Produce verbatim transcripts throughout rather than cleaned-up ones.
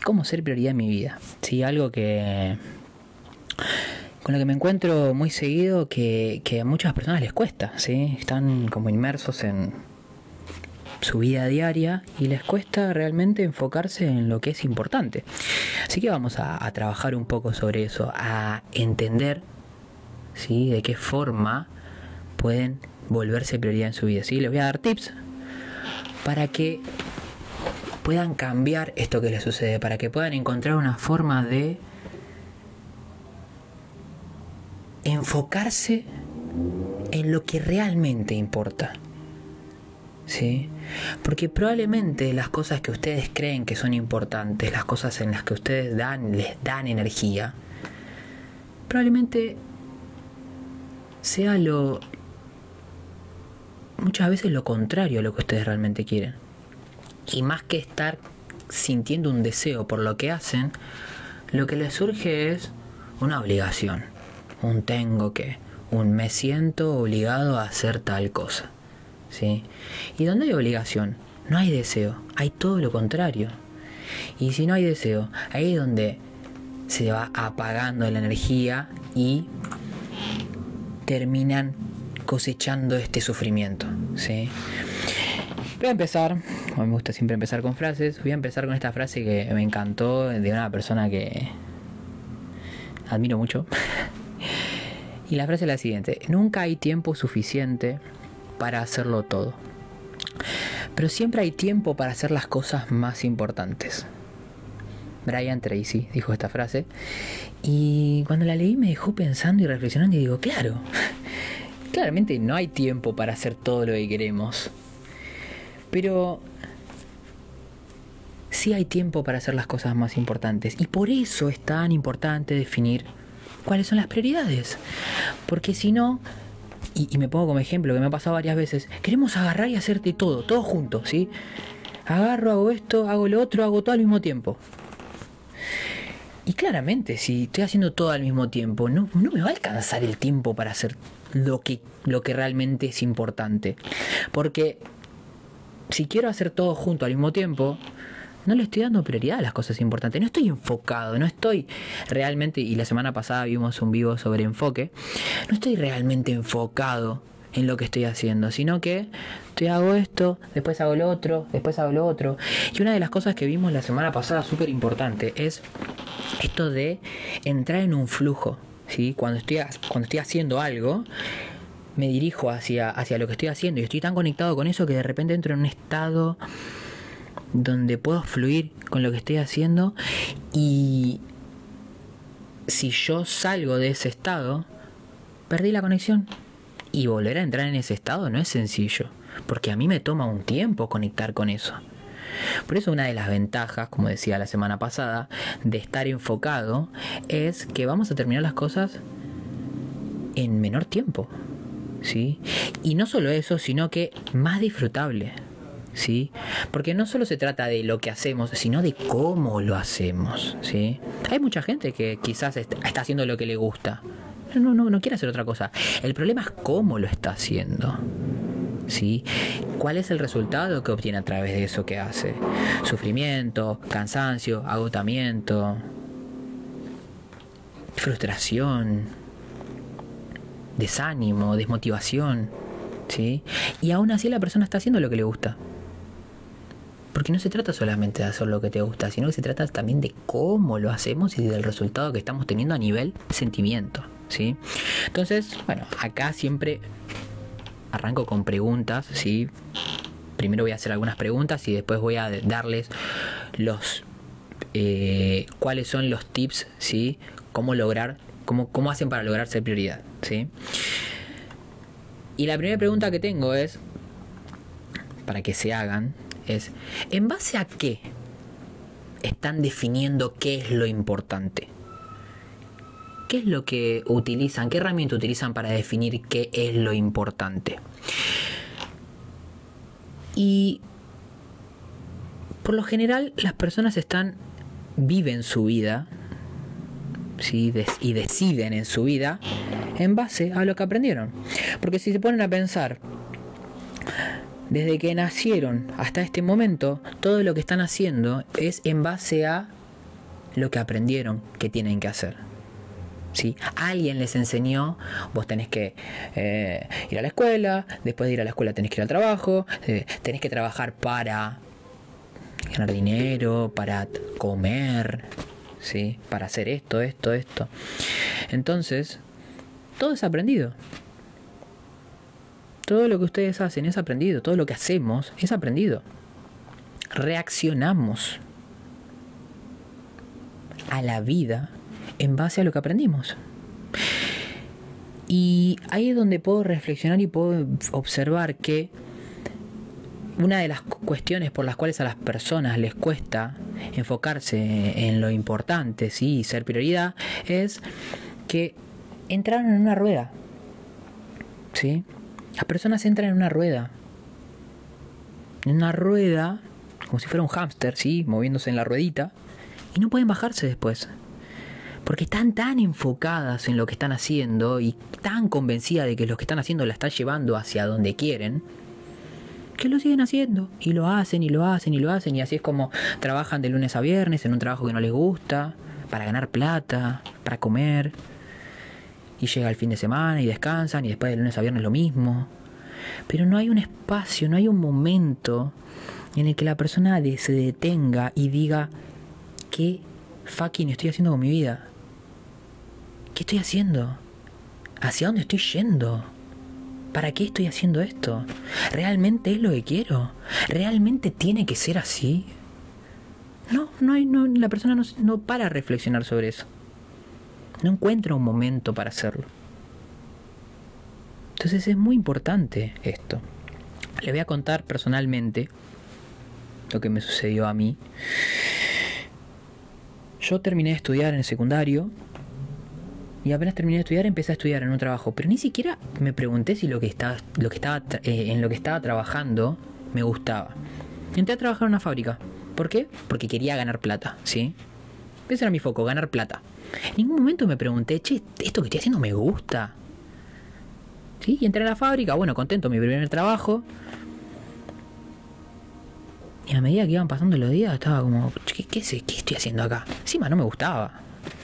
cómo ser prioridad en mi vida. Sí, algo que con lo que me encuentro muy seguido que, que a muchas personas les cuesta, ¿sí? Están como inmersos en su vida diaria y les cuesta realmente enfocarse en lo que es importante. Así que vamos a, a trabajar un poco sobre eso, a entender, ¿sí?, de qué forma pueden volverse prioridad en su vida, ¿sí? Les voy a dar tips para que puedan cambiar esto que les sucede, para que puedan encontrar una forma de enfocarse en lo que realmente importa, ¿sí? Porque probablemente las cosas que ustedes creen que son importantes, las cosas en las que ustedes dan, les dan energía, probablemente sea lo muchas veces lo contrario a lo que ustedes realmente quieren. Y más que estar sintiendo un deseo por lo que hacen, lo que les surge es una obligación, un tengo que, un me siento obligado a hacer tal cosa, ¿sí? Y donde hay obligación, no hay deseo, hay todo lo contrario. Y si no hay deseo, ahí es donde se va apagando la energía y terminan cosechando este sufrimiento, ¿sí? Voy a empezar, como me gusta siempre empezar con frases, voy a empezar con esta frase que me encantó de una persona que admiro mucho. Y la frase es la siguiente: nunca hay tiempo suficiente para hacerlo todo, pero siempre hay tiempo para hacer las cosas más importantes. Brian Tracy dijo esta frase y cuando la leí me dejó pensando y reflexionando y digo, claro, claramente no hay tiempo para hacer todo lo que queremos, pero sí hay tiempo para hacer las cosas más importantes. Y por eso es tan importante definir cuáles son las prioridades. Porque si no, y, y me pongo como ejemplo que me ha pasado varias veces, queremos agarrar y hacerte todo, todo junto, ¿sí? Agarro, hago esto, hago lo otro, hago todo al mismo tiempo. Y claramente, si estoy haciendo todo al mismo tiempo, no, no me va a alcanzar el tiempo para hacer lo que, lo que realmente es importante. Porque si quiero hacer todo junto al mismo tiempo, no le estoy dando prioridad a las cosas importantes. No estoy enfocado, no estoy realmente, y la semana pasada vimos un vivo sobre enfoque, no estoy realmente enfocado en lo que estoy haciendo, sino que estoy hago esto, después hago lo otro, después hago lo otro. Y una de las cosas que vimos la semana pasada, súper importante, es esto de entrar en un flujo, ¿sí? Cuando estoy, cuando estoy haciendo algo, me dirijo hacia, hacia lo que estoy haciendo y estoy tan conectado con eso que de repente entro en un estado donde puedo fluir con lo que estoy haciendo. Y si yo salgo de ese estado, perdí la conexión. Y volver a entrar en ese estado no es sencillo, porque a mí me toma un tiempo conectar con eso. Por eso una de las ventajas, como decía la semana pasada, de estar enfocado es que vamos a terminar las cosas en menor tiempo, ¿sí? Y no solo eso, sino que más disfrutable, ¿sí? Porque no solo se trata de lo que hacemos, sino de cómo lo hacemos, ¿sí? Hay mucha gente que quizás está haciendo lo que le gusta. No, no, no quiere hacer otra cosa. El problema es cómo lo está haciendo, ¿sí? ¿Cuál es el resultado que obtiene a través de eso que hace? Sufrimiento, cansancio, agotamiento, frustración, desánimo, desmotivación, ¿sí? Y aún así la persona está haciendo lo que le gusta. Porque no se trata solamente de hacer lo que te gusta, sino que se trata también de cómo lo hacemos y del resultado que estamos teniendo a nivel sentimiento, ¿sí? Entonces, bueno, acá siempre arranco con preguntas, ¿sí? Primero voy a hacer algunas preguntas y después voy a darles los eh, cuáles son los tips, ¿sí? Cómo lograr, cómo, cómo hacen para lograr ser prioridad, ¿sí? Y la primera pregunta que tengo es, para que se hagan, es, ¿en base a qué están definiendo qué es lo importante? ¿Qué es lo que utilizan? ¿Qué herramienta utilizan para definir qué es lo importante? Y por lo general las personas están viven su vida, ¿sí? Des- y deciden en su vida en base a lo que aprendieron. Porque si se ponen a pensar, desde que nacieron hasta este momento, todo lo que están haciendo es en base a lo que aprendieron que tienen que hacer. ¿Sí? Alguien les enseñó, vos tenés que eh, ir a la escuela, después de ir a la escuela tenés que ir al trabajo, eh, tenés que trabajar para ganar dinero, para comer, ¿sí? Para hacer esto, esto, esto. Entonces, todo es aprendido. Todo lo que ustedes hacen es aprendido, todo lo que hacemos es aprendido. Reaccionamos a la vida en base a lo que aprendimos. Y ahí es donde puedo reflexionar y puedo observar que una de las cuestiones por las cuales a las personas les cuesta enfocarse en lo importante, ¿sí? Y ser prioridad, es que entraron en una rueda, ¿sí? Las personas entran en una rueda. En una rueda, como si fuera un hámster, ¿sí? Moviéndose en la ruedita, y no pueden bajarse después. Porque están tan enfocadas en lo que están haciendo y tan convencidas de que lo que están haciendo la están llevando hacia donde quieren, que lo siguen haciendo. Y lo hacen, y lo hacen, y lo hacen. Y así es como trabajan de lunes a viernes en un trabajo que no les gusta, para ganar plata, para comer. Y llega el fin de semana y descansan, y después de lunes a viernes lo mismo. Pero no hay un espacio, no hay un momento en el que la persona se detenga y diga: ¿qué fucking estoy haciendo con mi vida? ¿Qué estoy haciendo? ¿Hacia dónde estoy yendo? ¿Para qué estoy haciendo esto? ¿Realmente es lo que quiero? ¿Realmente tiene que ser así? No, no hay, no, la persona no, no para a reflexionar sobre eso. No encuentra un momento para hacerlo. Entonces es muy importante esto. Les voy a contar personalmente lo que me sucedió a mí. Yo terminé de estudiar en el secundario y apenas terminé de estudiar empecé a estudiar en un trabajo, pero ni siquiera me pregunté si lo que estaba, lo que estaba eh, en lo que estaba trabajando me gustaba. Entré a trabajar en una fábrica. ¿Por qué? Porque quería ganar plata, ¿sí? Ese era mi foco, ganar plata. En ningún momento me pregunté: che, ¿esto que estoy haciendo me gusta? ¿Sí? Y entré a la fábrica, bueno, contento, mi primer trabajo. Y a medida que iban pasando los días estaba como: ¿qué, qué, sé, qué estoy haciendo acá? Encima no me gustaba.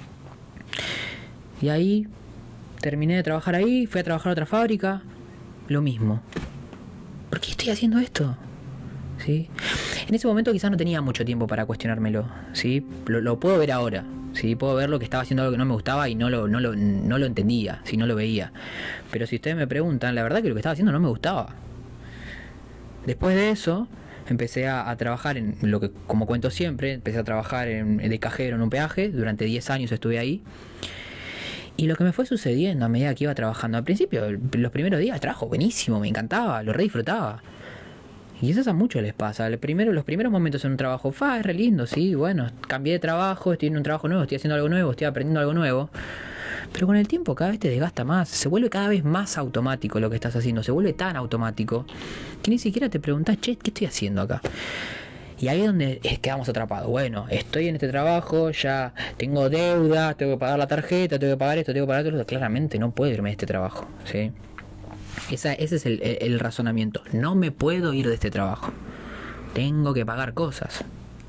Y ahí terminé de trabajar ahí, fui a trabajar a otra fábrica, lo mismo. ¿Por qué estoy haciendo esto? ¿Sí? En ese momento quizás no tenía mucho tiempo para cuestionármelo, ¿sí? Lo, lo puedo ver ahora, ¿sí? Puedo ver lo que estaba haciendo algo que no me gustaba y no lo, no lo, no lo entendía, ¿sí? No lo veía. Pero si ustedes me preguntan, la verdad que lo que estaba haciendo no me gustaba. Después de eso empecé a, a trabajar en lo que, como cuento siempre, empecé a trabajar en, de cajero en un peaje. Durante diez años estuve ahí. Y lo que me fue sucediendo a medida que iba trabajando, al principio, los primeros días, trabajo buenísimo, me encantaba, lo re disfrutaba. Y eso a muchos les pasa. El primero, los primeros momentos en un trabajo, fa, es re lindo, sí, bueno, cambié de trabajo, estoy en un trabajo nuevo, estoy haciendo algo nuevo, estoy aprendiendo algo nuevo. Pero con el tiempo cada vez te desgasta más, se vuelve cada vez más automático lo que estás haciendo, se vuelve tan automático que ni siquiera te preguntás: che, ¿qué estoy haciendo acá? Y ahí es donde quedamos atrapados. Bueno, estoy en este trabajo, ya tengo deuda, tengo que pagar la tarjeta, tengo que pagar esto, tengo que pagar esto. Claramente no puedo irme de este trabajo, ¿sí? Esa, ese es el, el, el razonamiento. No me puedo ir de este trabajo. Tengo que pagar cosas.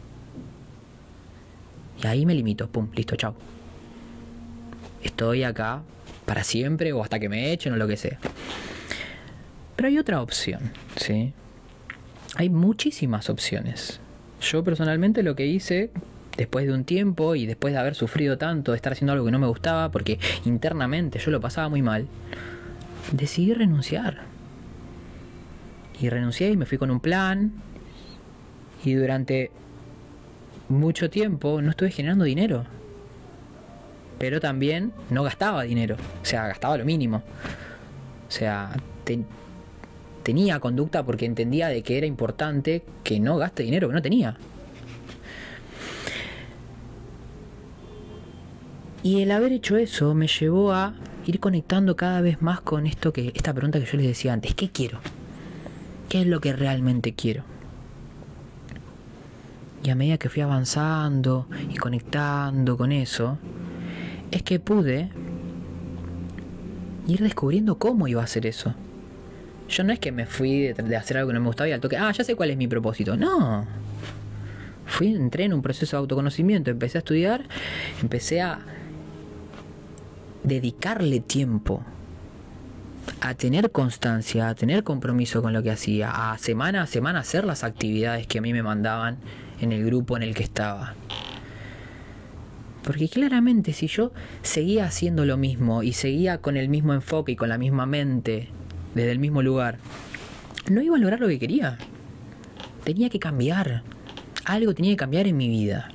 Y ahí me limito. Pum, listo, chao. Estoy acá para siempre o hasta que me echen o lo que sea. Pero hay otra opción, ¿sí? Hay muchísimas opciones. Yo personalmente lo que hice, después de un tiempo y después de haber sufrido tanto, de estar haciendo algo que no me gustaba, porque internamente yo lo pasaba muy mal, decidí renunciar. Y renuncié y me fui con un plan. Y durante mucho tiempo no estuve generando dinero. Pero también no gastaba dinero. O sea, gastaba lo mínimo. O sea, te, tenía conducta porque entendía de que era importante que no gaste dinero que no tenía. Y el haber hecho eso me llevó a ir conectando cada vez más con esto que, esta pregunta que yo les decía antes: ¿qué quiero? ¿Qué es lo que realmente quiero? Y a medida que fui avanzando y conectando con eso, es que pude ir descubriendo cómo iba a hacer eso. Yo no es que me fui de, de hacer algo que no me gustaba y al toque, ah, ya sé cuál es mi propósito. No. Fui, entré en un proceso de autoconocimiento, empecé a estudiar, empecé a dedicarle tiempo, a tener constancia, a tener compromiso con lo que hacía, a semana a semana hacer las actividades que a mí me mandaban en el grupo en el que estaba. Porque claramente si yo seguía haciendo lo mismo y seguía con el mismo enfoque y con la misma mente, desde el mismo lugar, no iba a lograr lo que quería. Tenía que cambiar. Algo tenía que cambiar en mi vida.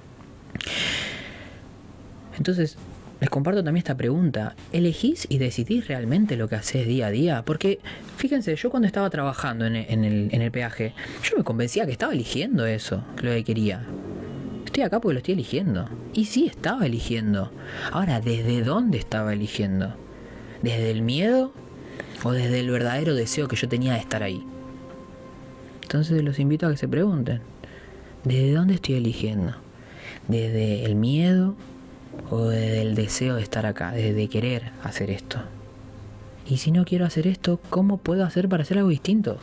Entonces, les comparto también esta pregunta. ¿Elegís y decidís realmente lo que haces día a día? Porque, fíjense, yo cuando estaba trabajando en el, en el, en el peaje, yo me convencía que estaba eligiendo eso, lo que quería. Estoy acá porque lo estoy eligiendo. Y sí, estaba eligiendo. Ahora, ¿desde dónde estaba eligiendo? ¿Desde el miedo o desde el verdadero deseo que yo tenía de estar ahí? Entonces los invito a que se pregunten, ¿desde dónde estoy eligiendo? ¿Desde el miedo o desde el deseo de estar acá, desde querer hacer esto? Y si no quiero hacer esto, ¿cómo puedo hacer para hacer algo distinto?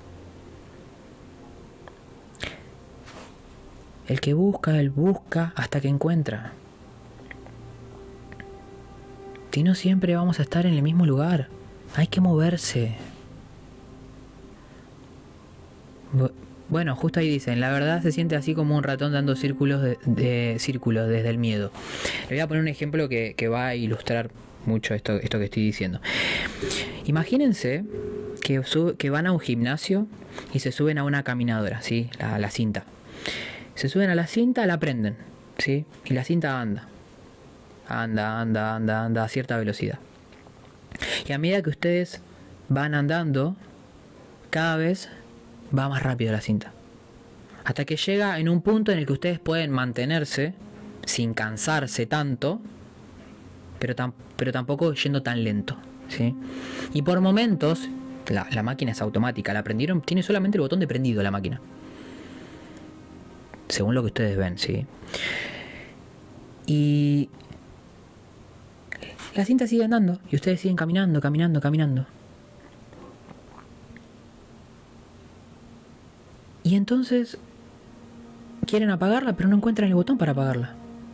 El que busca, él busca hasta que encuentra. Si no, siempre vamos a estar en el mismo lugar. Hay que moverse. Bueno, justo ahí dicen, la verdad se siente así como un ratón dando círculos de, de círculos desde el miedo. Le voy a poner un ejemplo que, que va a ilustrar mucho esto, esto que estoy diciendo. Imagínense que, sub, que van a un gimnasio y se suben a una caminadora, ¿sí? La, la cinta. Se suben a la cinta, la prenden, ¿sí? Y la cinta anda. Anda, anda, anda, anda a cierta velocidad. Y a medida que ustedes van andando, cada vez va más rápido la cinta. Hasta que llega en un punto en el que ustedes pueden mantenerse sin cansarse tanto, pero, tam- pero tampoco yendo tan lento, ¿sí? Y por momentos, la, la máquina es automática, la prendieron, tiene solamente el botón de prendido la máquina. Según lo que ustedes ven, ¿sí? Y la cinta sigue andando y ustedes siguen caminando, caminando, caminando. Y entonces quieren apagarla, pero no encuentran el botón para apagarla.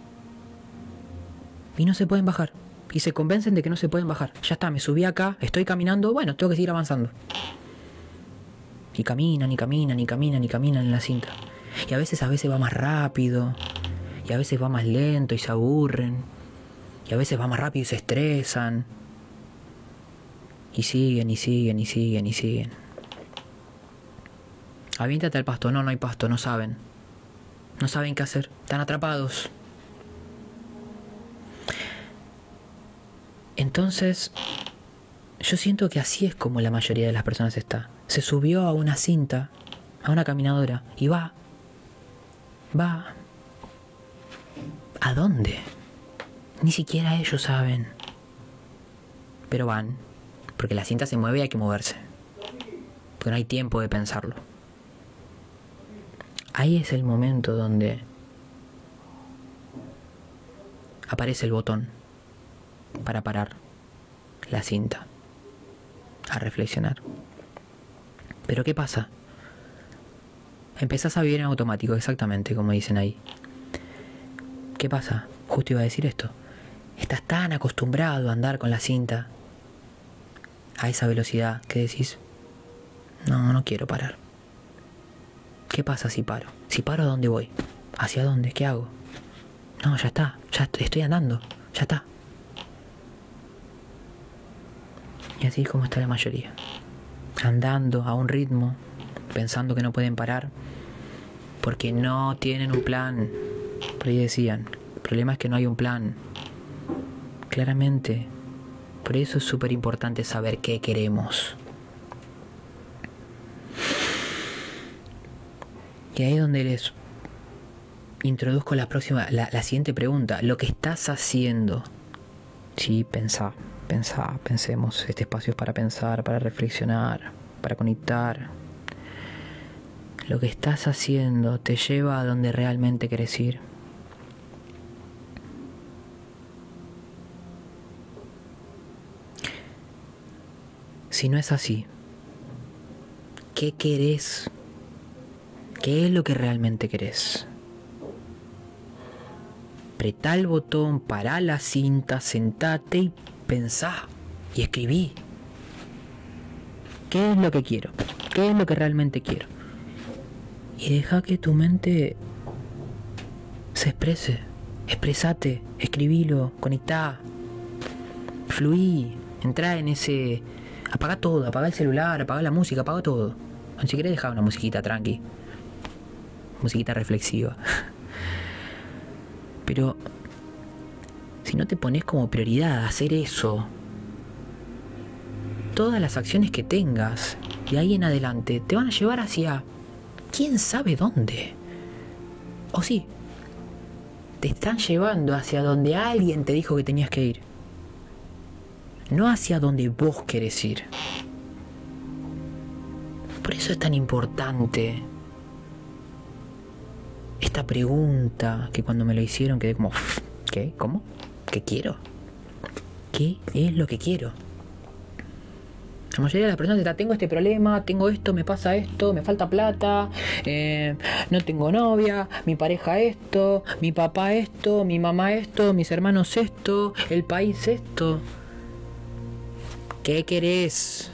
Y no se pueden bajar. Y se convencen de que no se pueden bajar. Ya está, me subí acá, estoy caminando, bueno, tengo que seguir avanzando. Y caminan, y caminan, y caminan, y caminan en la cinta. Y a veces, a veces va más rápido. Y a veces va más lento y se aburren. Y a veces va más rápido y se estresan. Y siguen, y siguen, y siguen, y siguen. Aviéntate al pasto. No, no hay pasto, no saben. No saben qué hacer. Están atrapados. Entonces, yo siento que así es como la mayoría de las personas está. Se subió a una cinta, a una caminadora, y va. Va. ¿A dónde? Ni siquiera ellos saben. Pero van. Porque la cinta se mueve y hay que moverse. Porque no hay tiempo de pensarlo. Ahí es el momento donde aparece el botón para parar la cinta, a reflexionar. Pero ¿qué pasa? Empezás a vivir en automático, exactamente como dicen ahí. ¿Qué pasa? Justo iba a decir esto. Estás tan acostumbrado a andar con la cinta a esa velocidad que decís, no, no quiero parar. ¿Qué pasa si paro? Si paro, ¿a dónde voy? ¿Hacia dónde? ¿Qué hago? No, ya está, ya estoy andando, ya está. Y así es como está la mayoría. Andando a un ritmo, pensando que no pueden parar, porque no tienen un plan. Por ahí decían, el problema es que no hay un plan. Claramente, por eso es súper importante saber qué queremos. Y ahí es donde les introduzco la próxima, la, la siguiente pregunta. Lo que estás haciendo. Sí, pensá, pensá, pensemos. Este espacio es para pensar, para reflexionar, para conectar. Lo que estás haciendo te lleva a donde realmente querés ir. Si no es así, ¿qué querés? ¿Qué es lo que realmente querés? apretá el botón, pará la cinta, sentate y pensá y escribí. ¿Qué es lo que quiero? ¿Qué es lo que realmente quiero? Y deja que tu mente se exprese. Expresate, escribilo, conectá, fluí, entrá en ese... Apagá todo, apagá el celular, apagá la música, apagá todo. Si querés dejar una musiquita tranqui, musiquita reflexiva. Pero si no te pones como prioridad hacer eso, todas las acciones que tengas de ahí en adelante te van a llevar hacia quién sabe dónde. O sí, te están llevando hacia donde alguien te dijo que tenías que ir, no hacia donde vos querés ir. Por eso es tan importante esta pregunta que cuando me lo hicieron quedé como, ¿qué? ¿Cómo? ¿Qué quiero? ¿Qué es lo que quiero? La mayoría de las personas está, tengo este problema, tengo esto, me pasa esto, me falta plata, eh, no tengo novia, mi pareja esto, mi papá esto, mi mamá esto, mis hermanos esto, el país esto. ¿Qué querés?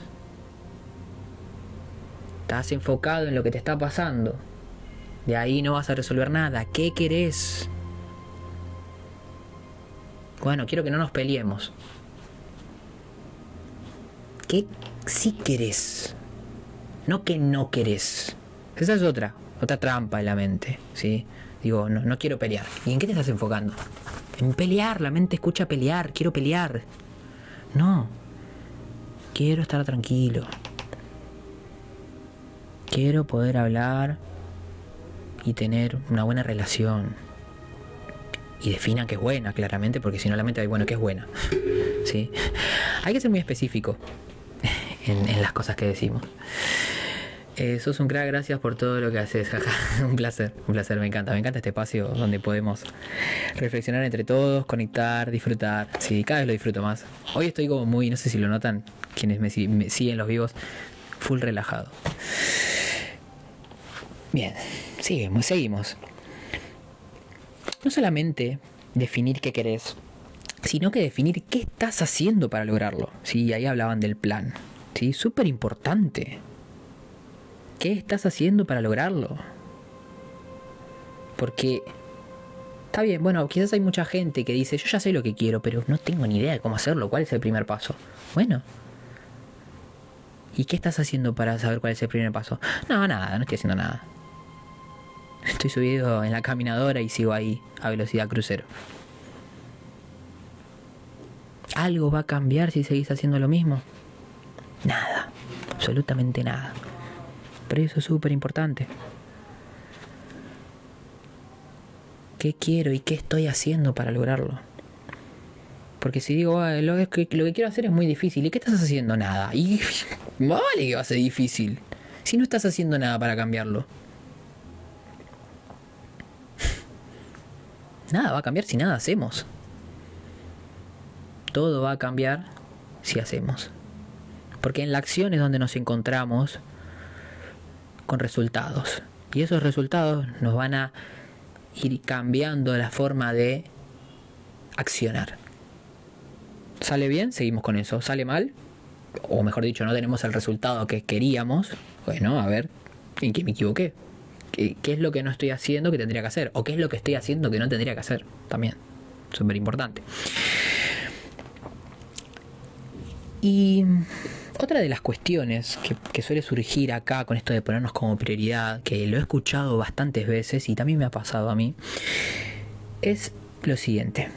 Estás enfocado en lo que te está pasando. De ahí no vas a resolver nada. ¿Qué querés? Bueno, quiero que no nos peleemos. ¿Qué sí querés? No que no querés. Esa es otra, otra trampa en la mente, ¿sí? Digo, no, no quiero pelear. ¿Y en qué te estás enfocando? En pelear, la mente escucha pelear, quiero pelear. No. Quiero estar tranquilo. Quiero poder hablar y tener una buena relación. Y definan que es buena, claramente, porque si no la mente va a decir, bueno, que es buena. ¿Sí? Hay que ser muy específico en, en las cosas que decimos. Eh, sos un crack, gracias por todo lo que haces. Un placer, un placer, me encanta. Me encanta este espacio donde podemos reflexionar entre todos, conectar, disfrutar. Sí, cada vez lo disfruto más. Hoy estoy como muy, no sé si lo notan, quienes me, me siguen los vivos, full relajado. Bien, seguimos, seguimos. No solamente definir qué querés, sino que definir qué estás haciendo para lograrlo. Sí, ahí hablaban del plan. Sí, súper importante. ¿Qué estás haciendo para lograrlo? Porque está bien, bueno, quizás hay mucha gente que dice, yo ya sé lo que quiero, pero no tengo ni idea de cómo hacerlo. ¿Cuál es el primer paso? Bueno. ¿Y qué estás haciendo para saber cuál es el primer paso? No, nada, no estoy haciendo nada. Estoy subido en la caminadora y sigo ahí a velocidad crucero. ¿Algo va a cambiar si seguís haciendo lo mismo? Nada, absolutamente nada. Pero eso es súper importante. ¿Qué quiero y qué estoy haciendo para lograrlo? Porque si digo, ah, lo, que, lo que quiero hacer es muy difícil, ¿y qué estás haciendo? Nada. Y vale que va a ser difícil si no estás haciendo nada para cambiarlo. Nada va a cambiar si nada hacemos. Todo va a cambiar si hacemos. Porque en la acción es donde nos encontramos con resultados. Y esos resultados nos van a ir cambiando la forma de accionar. ¿Sale bien? Seguimos con eso. ¿Sale mal? O mejor dicho, no tenemos el resultado que queríamos. Bueno, a ver, ¿en qué me equivoqué? ¿Qué, ¿Qué es lo que no estoy haciendo que tendría que hacer? ¿O qué es lo que estoy haciendo que no tendría que hacer? También, súper importante. Y otra de las cuestiones que, que suele surgir acá con esto de ponernos como prioridad, que lo he escuchado bastantes veces y también me ha pasado a mí, es lo siguiente.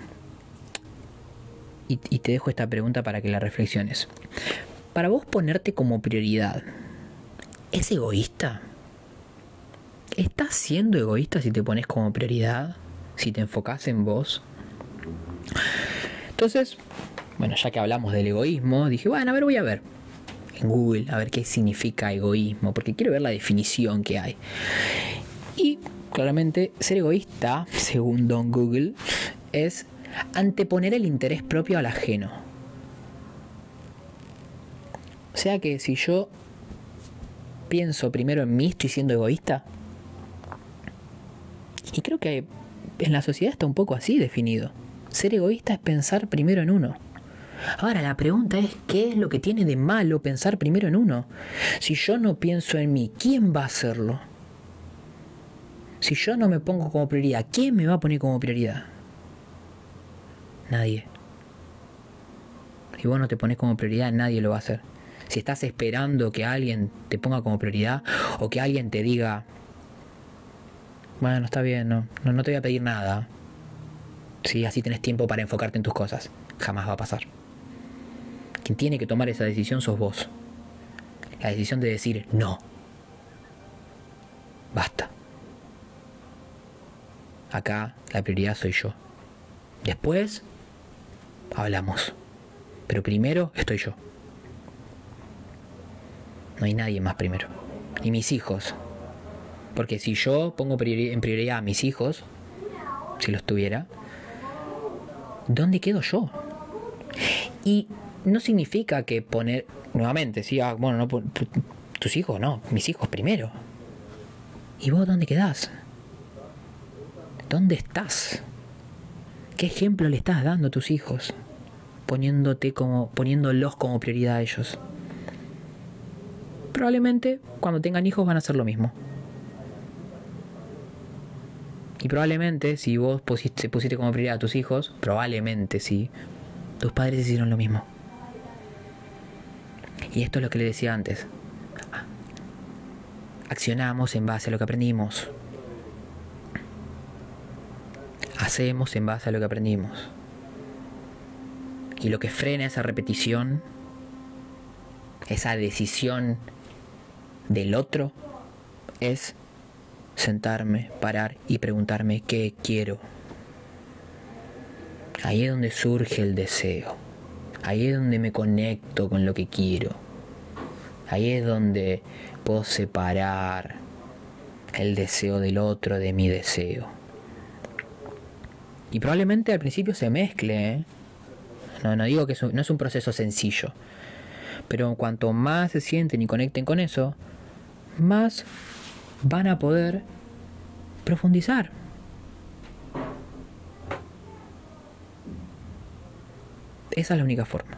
Y, y te dejo esta pregunta para que la reflexiones. Para vos ponerte como prioridad, ¿es egoísta? ¿Estás siendo egoísta si te pones como prioridad? Si te enfocás en vos. Entonces, bueno, ya que hablamos del egoísmo, dije, bueno, a ver, voy a ver en Google, a ver qué significa egoísmo, porque quiero ver la definición que hay. Y claramente, ser egoísta, según Don Google, es anteponer el interés propio al ajeno. O sea que si yo pienso primero en mí, estoy siendo egoísta. Y creo que en la sociedad está un poco así definido. Ser egoísta es pensar primero en uno. Ahora la pregunta es, ¿qué es lo que tiene de malo pensar primero en uno? Si yo no pienso en mí, ¿quién va a hacerlo? Si yo no me pongo como prioridad, ¿quién me va a poner como prioridad? Nadie. Si vos no te pones como prioridad, nadie lo va a hacer. Si estás esperando que alguien te ponga como prioridad o que alguien te diga, bueno, está bien, no, no, no te voy a pedir nada. Sí, así tenés tiempo para enfocarte en tus cosas. Jamás va a pasar. Quien tiene que tomar esa decisión sos vos. La decisión de decir no. Basta. Acá la prioridad soy yo. Después hablamos. Pero primero estoy yo. No hay nadie más primero. Ni mis hijos. Porque si yo pongo priori- en prioridad a mis hijos, si los tuviera, ¿dónde quedo yo? Y no significa que poner nuevamente, sí, ah, bueno, no tus hijos, no, mis hijos primero. ¿Y vos dónde quedás? ¿Dónde estás? ¿Qué ejemplo le estás dando a tus hijos? Poniéndote como, poniéndolos como prioridad a ellos. Probablemente cuando tengan hijos van a hacer lo mismo. Y probablemente si vos pusiste, pusiste como prioridad a tus hijos, probablemente sí, tus padres hicieron lo mismo. Y esto es lo que le decía antes. Accionamos en base a lo que aprendimos. Hacemos en base a lo que aprendimos. Y lo que frena esa repetición, esa decisión del otro, es sentarme, parar y preguntarme qué quiero. Ahí es donde surge el deseo. Ahí es donde me conecto con lo que quiero. Ahí es donde puedo separar el deseo del otro de mi deseo. Y probablemente al principio se mezcle, ¿eh? No, no digo que eso, no es un proceso sencillo. Pero cuanto más se sienten y conecten con eso, más van a poder profundizar. Esa es la única forma.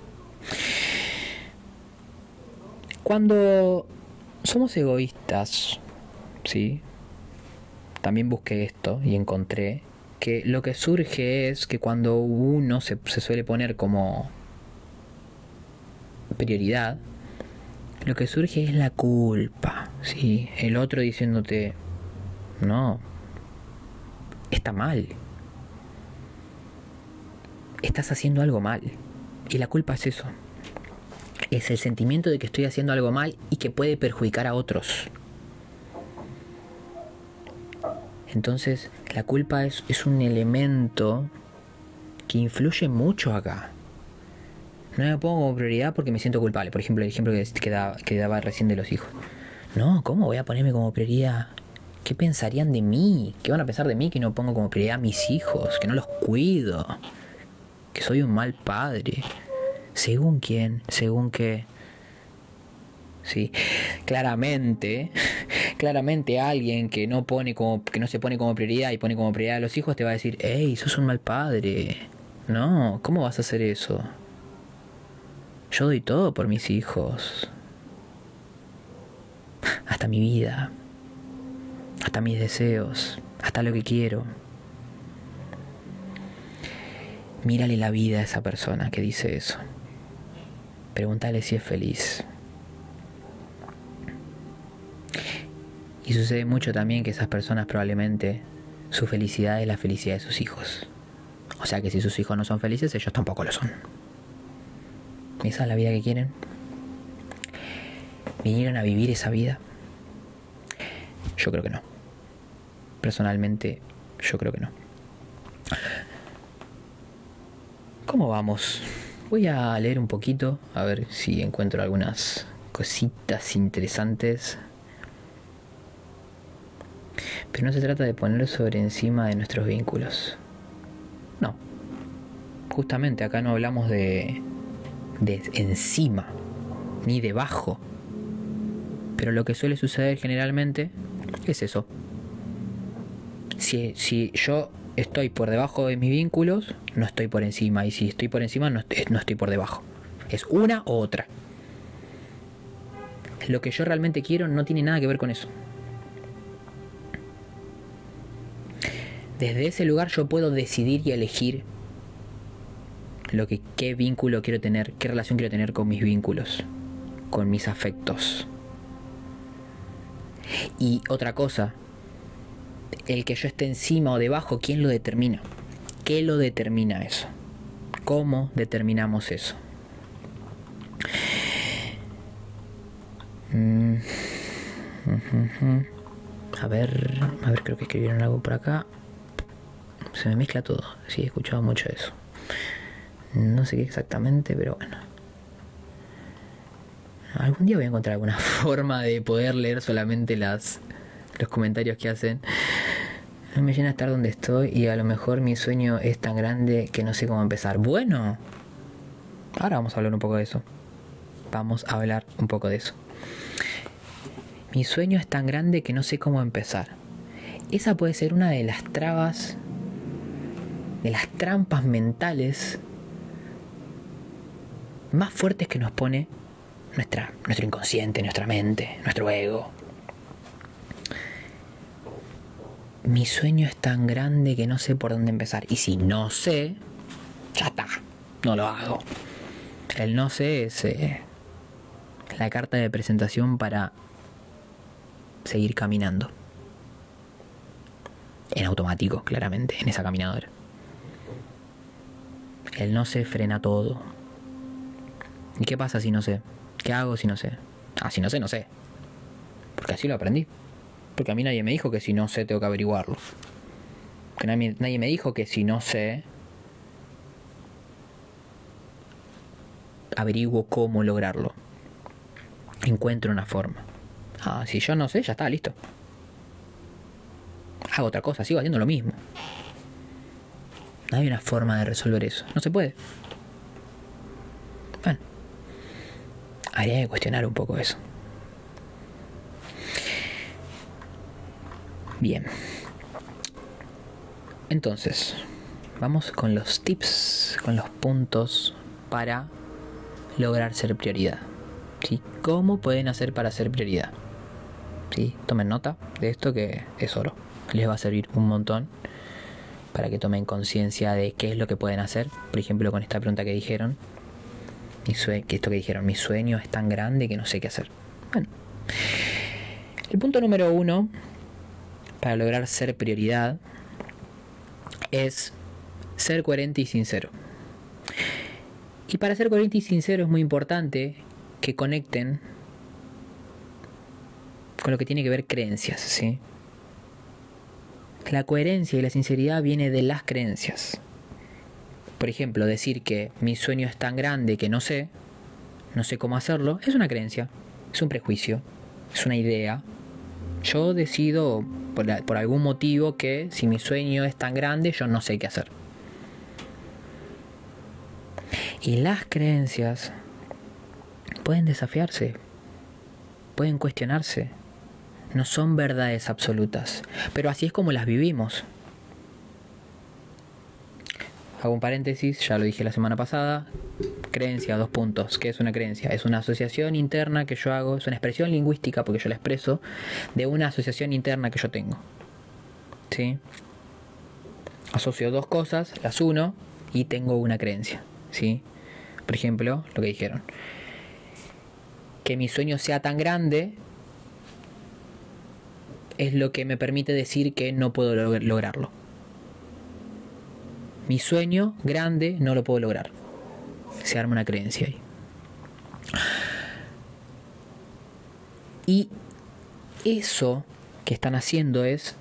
Cuando somos egoístas, ¿sí? También busqué esto y encontré que lo que surge es que cuando uno se, se suele poner como prioridad, lo que surge es la culpa, ¿sí? El otro diciéndote, no, está mal. Estás haciendo algo mal. Y la culpa es eso. Es el sentimiento de que estoy haciendo algo mal y que puede perjudicar a otros. Entonces, la culpa es, es un elemento que influye mucho acá. No me pongo como prioridad porque me siento culpable. Por ejemplo, el ejemplo que, que, daba, que daba recién de los hijos. No, ¿cómo voy a ponerme como prioridad? ¿Qué pensarían de mí? ¿Qué van a pensar de mí que no pongo como prioridad a mis hijos? Que no los cuido. Que soy un mal padre. ¿Según quién? ¿Según qué? Sí, claramente, claramente alguien que no pone como, que no se pone como prioridad y pone como prioridad a los hijos te va a decir, hey, sos un mal padre. No, ¿cómo vas a hacer eso? Yo doy todo por mis hijos. Hasta mi vida. Hasta mis deseos. Hasta lo que quiero. Mírale la vida a esa persona que dice eso. Pregúntale si es feliz. Y sucede mucho también que esas personas probablemente su felicidad es la felicidad de sus hijos. O sea que si sus hijos no son felices, ellos tampoco lo son. ¿Esa es la vida que quieren? ¿Vinieron a vivir esa vida? Yo creo que no. Personalmente, yo creo que no. ¿Cómo vamos? Voy a leer un poquito, a ver si encuentro algunas cositas interesantes. Pero no se trata de poner sobre encima de nuestros vínculos. No. Justamente acá no hablamos de, de encima, ni debajo. Pero lo que suele suceder generalmente es eso. Si, si yo estoy por debajo de mis vínculos, no estoy por encima. Y si estoy por encima, no estoy, no estoy por debajo. Es una u otra. Lo que yo realmente quiero no tiene nada que ver con eso. Desde ese lugar yo puedo decidir y elegir lo que, qué vínculo quiero tener, qué relación quiero tener con mis vínculos, con mis afectos. Y otra cosa, el que yo esté encima o debajo, ¿quién lo determina? ¿Qué lo determina eso? ¿Cómo determinamos eso? Mm. Uh-huh. A ver, a ver, creo que escribieron algo por acá. Se me mezcla todo. Sí, he escuchado mucho eso. No sé qué exactamente, pero bueno. Algún día voy a encontrar alguna forma de poder leer solamente las los comentarios que hacen. No me llena estar donde estoy y a lo mejor mi sueño es tan grande que no sé cómo empezar. Bueno, ahora vamos a hablar un poco de eso. Vamos a hablar un poco de eso. Mi sueño es tan grande que no sé cómo empezar. Esa puede ser una de las trabas, de las trampas mentales más fuertes que nos pone nuestra, nuestro inconsciente, nuestra mente, nuestro ego. Mi sueño es tan grande que no sé por dónde empezar. Y si no sé, ya está, no lo hago. El no sé es eh, la carta de presentación para seguir caminando. En automático, claramente, en esa caminadora. El no sé frena todo. ¿Y qué pasa si no sé? ¿Qué hago si no sé? Ah, si no sé, no sé. Porque así lo aprendí. Porque a mí nadie me dijo que si no sé tengo que averiguarlo. Que nadie, nadie me dijo que si no sé averiguo cómo lograrlo. Encuentro una forma. Ah, si yo no sé, ya está, listo. Hago otra cosa, sigo haciendo lo mismo. No hay una forma de resolver eso. No se puede. Bueno, habría que cuestionar un poco eso. Bien. Entonces, vamos con los tips, con los puntos para lograr ser prioridad. ¿Sí? ¿Cómo pueden hacer para ser prioridad? ¿Sí? Tomen nota de esto que es oro. Les va a servir un montón para que tomen conciencia de qué es lo que pueden hacer. Por ejemplo, con esta pregunta que dijeron, mi sue- que esto que dijeron, mi sueño es tan grande que no sé qué hacer. Bueno, el punto número uno para lograr ser prioridad es ser coherente y sincero. Y para ser coherente y sincero es muy importante que conecten con lo que tiene que ver creencias, ¿sí? La coherencia y la sinceridad viene de las creencias. Por ejemplo, decir que mi sueño es tan grande que no sé, no sé cómo hacerlo, es una creencia, es un prejuicio, es una idea. Yo decido por, la, por algún motivo que si mi sueño es tan grande, yo no sé qué hacer. Y las creencias pueden desafiarse, pueden cuestionarse. No son verdades absolutas, pero así es como las vivimos. Hago un paréntesis, ya lo dije la semana pasada. Creencia, dos puntos. ¿Qué es una creencia? Es una asociación interna que yo hago, es una expresión lingüística, porque yo la expreso, de una asociación interna que yo tengo. ¿Sí? Asocio dos cosas, las uno y tengo una creencia. ¿Sí? Por ejemplo, lo que dijeron. Que mi sueño sea tan grande es lo que me permite decir que no puedo log- lograrlo. Mi sueño grande no lo puedo lograr. Se arma una creencia ahí. Y eso que están haciendo es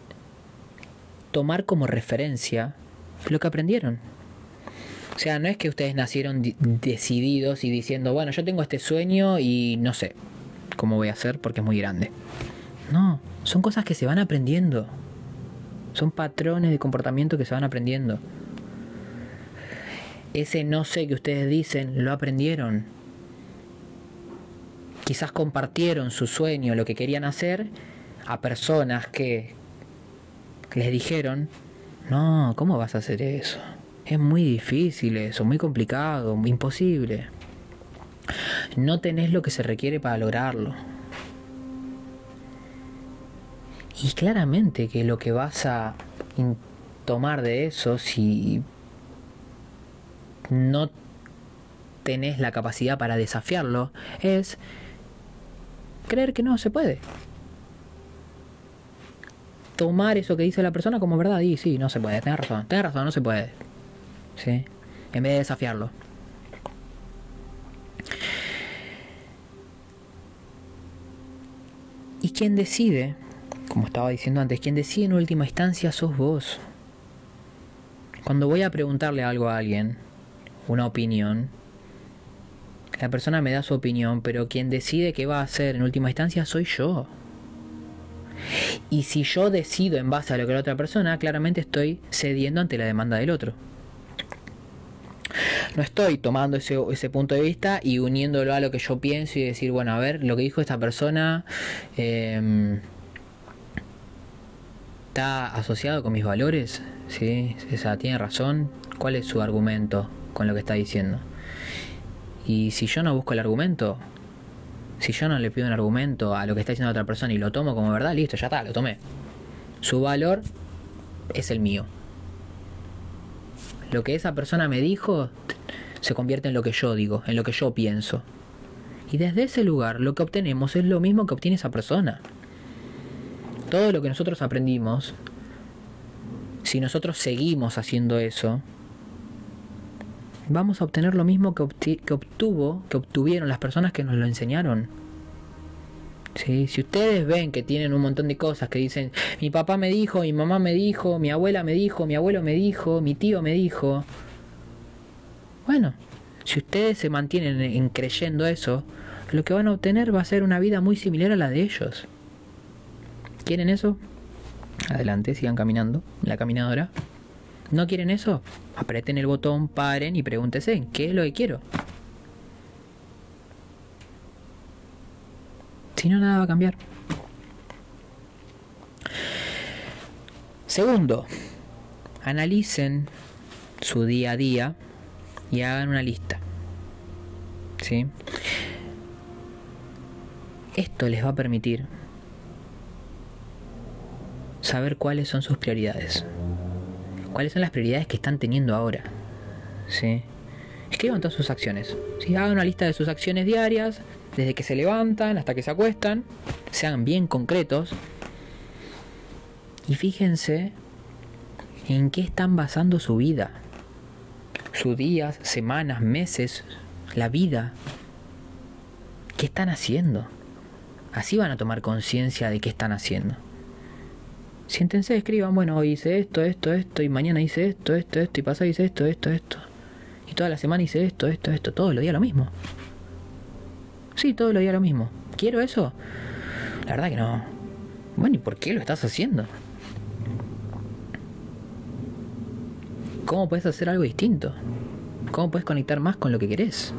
tomar como referencia lo que aprendieron. O sea, no es que ustedes nacieron di- decididos y diciendo, bueno, yo tengo este sueño y no sé cómo voy a hacer porque es muy grande. No, son cosas que se van aprendiendo. Son patrones de comportamiento que se van aprendiendo. Ese no sé que ustedes dicen, lo aprendieron. Quizás compartieron su sueño, lo que querían hacer, a personas que les dijeron, no, ¿cómo vas a hacer eso? Es muy difícil eso, muy complicado, muy imposible. No tenés lo que se requiere para lograrlo. Y claramente que lo que vas a tomar de eso, si no tenés la capacidad para desafiarlo, es creer que no se puede. Tomar eso que dice la persona como verdad y sí, no se puede, tenés razón, tenés razón, no se puede. ¿Sí? En vez de desafiarlo. Y quien decide, como estaba diciendo antes, quien decide en última instancia sos vos. Cuando voy a preguntarle algo a alguien, una opinión, la persona me da su opinión, pero quien decide qué va a hacer en última instancia soy yo. Y si yo decido en base a lo que la otra persona, claramente estoy cediendo ante la demanda del otro. No estoy tomando ese, ese punto de vista y uniéndolo a lo que yo pienso y decir, bueno, a ver, lo que dijo esta persona eh, está asociado con mis valores, ¿sí? O sea, tiene razón. ¿Cuál es su argumento con lo que está diciendo? Y si yo no busco el argumento, si yo no le pido un argumento a lo que está diciendo otra persona y lo tomo como verdad, listo, ya está, lo tomé. Su valor es el mío. Lo que esa persona me dijo se convierte en lo que yo digo, en lo que yo pienso. Y desde ese lugar lo que obtenemos es lo mismo que obtiene esa persona. Todo lo que nosotros aprendimos, si nosotros seguimos haciendo eso, vamos a obtener lo mismo que, obti- que obtuvo, que obtuvieron las personas que nos lo enseñaron. ¿Sí? Si ustedes ven que tienen un montón de cosas que dicen, mi papá me dijo, mi mamá me dijo, mi abuela me dijo, mi abuelo me dijo, mi tío me dijo. Bueno, si ustedes se mantienen en creyendo eso, lo que van a obtener va a ser una vida muy similar a la de ellos. ¿Quieren eso? Adelante, sigan caminando en la caminadora. ¿No quieren eso? Aprieten el botón, paren y pregúntense, ¿qué es lo que quiero? Si no, nada va a cambiar. Segundo, analicen su día a día y hagan una lista. ¿Sí? Esto les va a permitir saber cuáles son sus prioridades. Cuáles son las prioridades que están teniendo ahora. ¿Sí? Escriban todas sus acciones. ¿Sí? Hagan una lista de sus acciones diarias, desde que se levantan hasta que se acuestan. Sean bien concretos. Y fíjense en qué están basando su vida. Sus días, semanas, meses, la vida. ¿Qué están haciendo? Así van a tomar conciencia de qué están haciendo. Siéntense, escriban, bueno, hoy hice esto, esto, esto, y mañana hice esto, esto, esto, y pasado hice esto, esto, esto. Y toda la semana hice esto, esto, esto, todos los días lo mismo. Sí, todos los días lo mismo. ¿Quiero eso? La verdad que no. Bueno, ¿y por qué lo estás haciendo? ¿Cómo puedes hacer algo distinto? ¿Cómo puedes conectar más con lo que querés?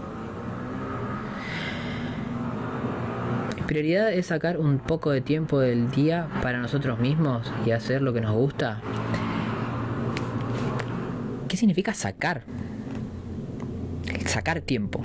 Mi prioridad es sacar un poco de tiempo del día para nosotros mismos y hacer lo que nos gusta. ¿Qué significa sacar? Sacar tiempo.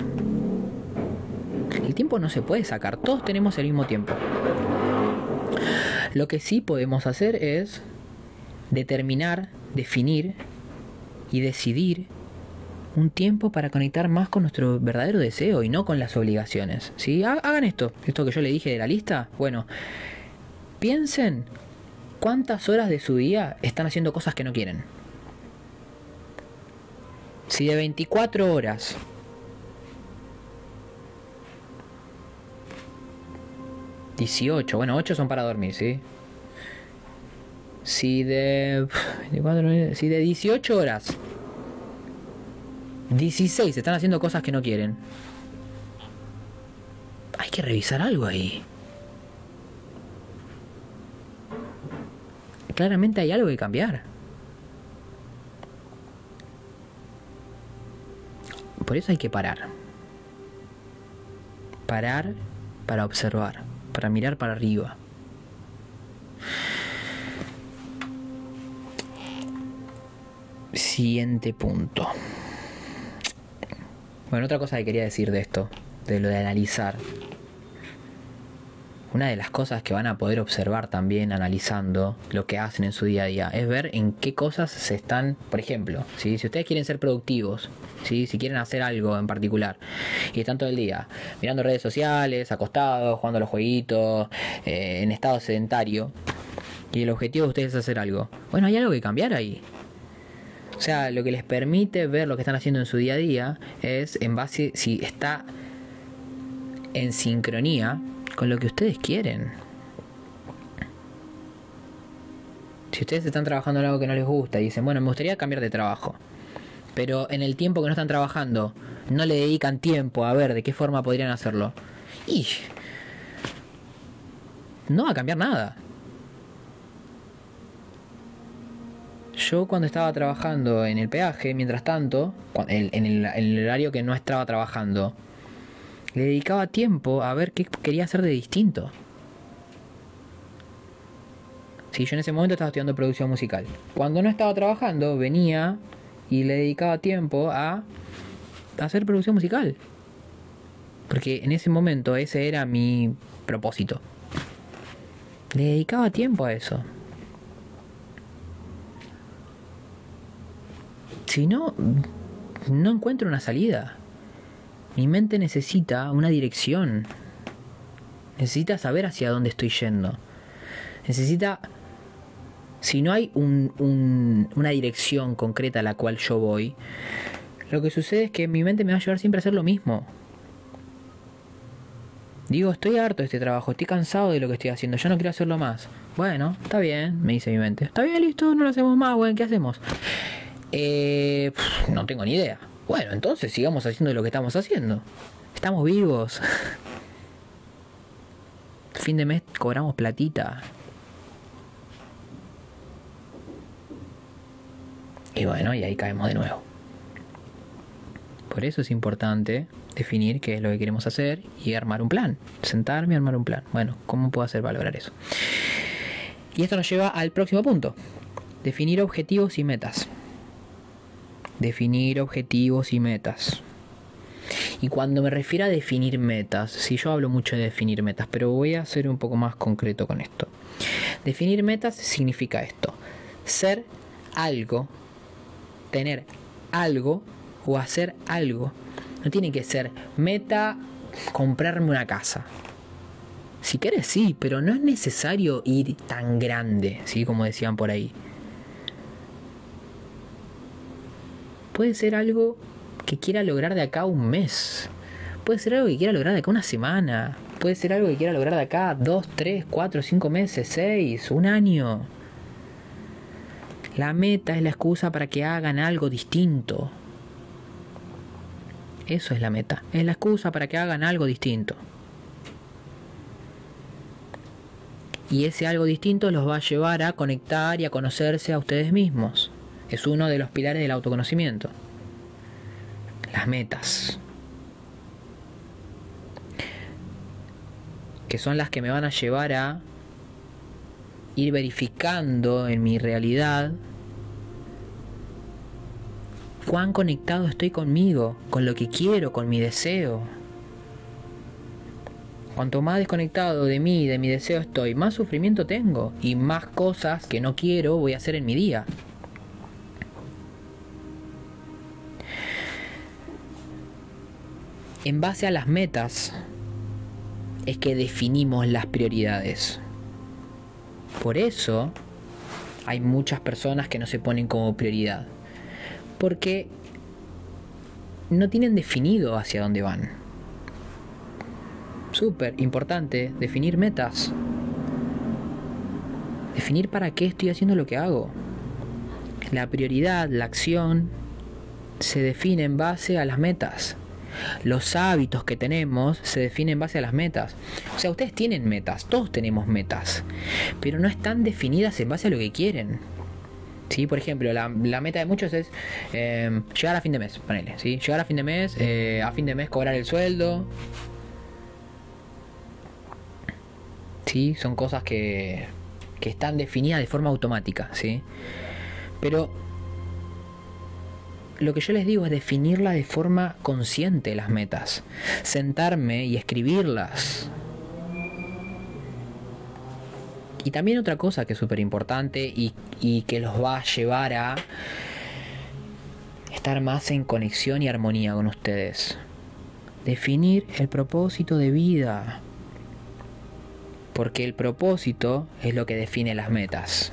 El tiempo no se puede sacar, todos tenemos el mismo tiempo. Lo que sí podemos hacer es determinar, definir y decidir un tiempo para conectar más con nuestro verdadero deseo y no con las obligaciones. ¿Sí? Hagan esto, esto que yo le dije de la lista. Bueno, piensen cuántas horas de su día están haciendo cosas que no quieren. Si de veinticuatro horas dieciocho, bueno, ocho son para dormir, ¿sí? Si de veinticuatro, si de dieciocho horas dieciséis están haciendo cosas que no quieren, hay que revisar algo ahí. Claramente hay algo que cambiar. Por eso hay que parar. Parar para observar, para mirar para arriba. Siguiente punto. Bueno, otra cosa que quería decir de esto, de lo de analizar. Una de las cosas que van a poder observar también analizando lo que hacen en su día a día es ver en qué cosas se están, por ejemplo, ¿sí? Si ustedes quieren ser productivos, ¿sí? Si quieren hacer algo en particular y están todo el día mirando redes sociales, acostados, jugando a los jueguitos, eh, en estado sedentario, y el objetivo de ustedes es hacer algo, bueno, hay algo que cambiar ahí. O sea, lo que les permite ver lo que están haciendo en su día a día es en base si está en sincronía con lo que ustedes quieren. Si ustedes están trabajando en algo que no les gusta y dicen, bueno, me gustaría cambiar de trabajo, pero en el tiempo que no están trabajando no le dedican tiempo a ver de qué forma podrían hacerlo, y no va a cambiar nada. Yo cuando estaba trabajando en el peaje, mientras tanto, en el, en el horario que no estaba trabajando, le dedicaba tiempo a ver qué quería hacer de distinto. Sí, yo en ese momento estaba estudiando producción musical. Cuando no estaba trabajando, venía y le dedicaba tiempo a hacer producción musical. Porque en ese momento ese era mi propósito. Le dedicaba tiempo a eso. Si no, no encuentro una salida. Mi mente necesita una dirección. Necesita saber hacia dónde estoy yendo. Necesita... Si no hay un, un, una dirección concreta a la cual yo voy, lo que sucede es que mi mente me va a llevar siempre a hacer lo mismo. Digo, estoy harto de este trabajo, estoy cansado de lo que estoy haciendo, yo no quiero hacerlo más. Bueno, está bien, me dice mi mente. Está bien, listo, no lo hacemos más, bueno, ¿qué hacemos? Eh, no tengo ni idea. Bueno, entonces sigamos haciendo lo que estamos haciendo. Estamos vivos. Fin de mes cobramos platita. Y bueno, y ahí caemos de nuevo. Por eso es importante definir qué es lo que queremos hacer y armar un plan. Sentarme y armar un plan. Bueno, ¿cómo puedo hacer para lograr eso? Y esto nos lleva al próximo punto. Definir objetivos y metas. Definir objetivos y metas. Y cuando me refiero a definir metas, sí, yo hablo mucho de definir metas, pero voy a ser un poco más concreto con esto. Definir metas significa esto: ser algo, tener algo o hacer algo. No tiene que ser meta comprarme una casa. Si querés sí, pero no es necesario ir tan grande, ¿sí? Como decían por ahí. Puede ser algo que quiera lograr de acá a un mes. Puede ser algo que quiera lograr de acá a una semana. Puede ser algo que quiera lograr de acá a dos, tres, cuatro, cinco meses, seis, un año. La meta es la excusa para que hagan algo distinto. Eso es la meta. Es la excusa para que hagan algo distinto. Y ese algo distinto los va a llevar a conectar y a conocerse a ustedes mismos. Es uno de los pilares del autoconocimiento. Las metas. Que son las que me van a llevar a ir verificando en mi realidad cuán conectado estoy conmigo, con lo que quiero, con mi deseo. Cuanto más desconectado de mí y de mi deseo estoy, más sufrimiento tengo y más cosas que no quiero voy a hacer en mi día. En base a las metas es que definimos las prioridades. Por eso hay muchas personas que no se ponen como prioridad, porque no tienen definido hacia dónde van. Súper importante definir metas. Definir para qué estoy haciendo lo que hago. La prioridad, la acción, se define en base a las metas. Los hábitos que tenemos se definen en base a las metas. O sea, ustedes tienen metas, todos tenemos metas, pero no están definidas en base a lo que quieren. ¿Sí? Por ejemplo, la, la meta de muchos es eh, llegar a fin de mes, ponele, ¿sí? Llegar a fin de mes, eh, a fin de mes cobrar el sueldo. ¿Sí? Son cosas que, que están definidas de forma automática, ¿sí? Pero lo que yo les digo es definirla de forma consciente, las metas. Sentarme y escribirlas. Y también otra cosa que es súper importante y, y que los va a llevar a estar más en conexión y armonía con ustedes. Definir el propósito de vida. Porque el propósito es lo que define las metas.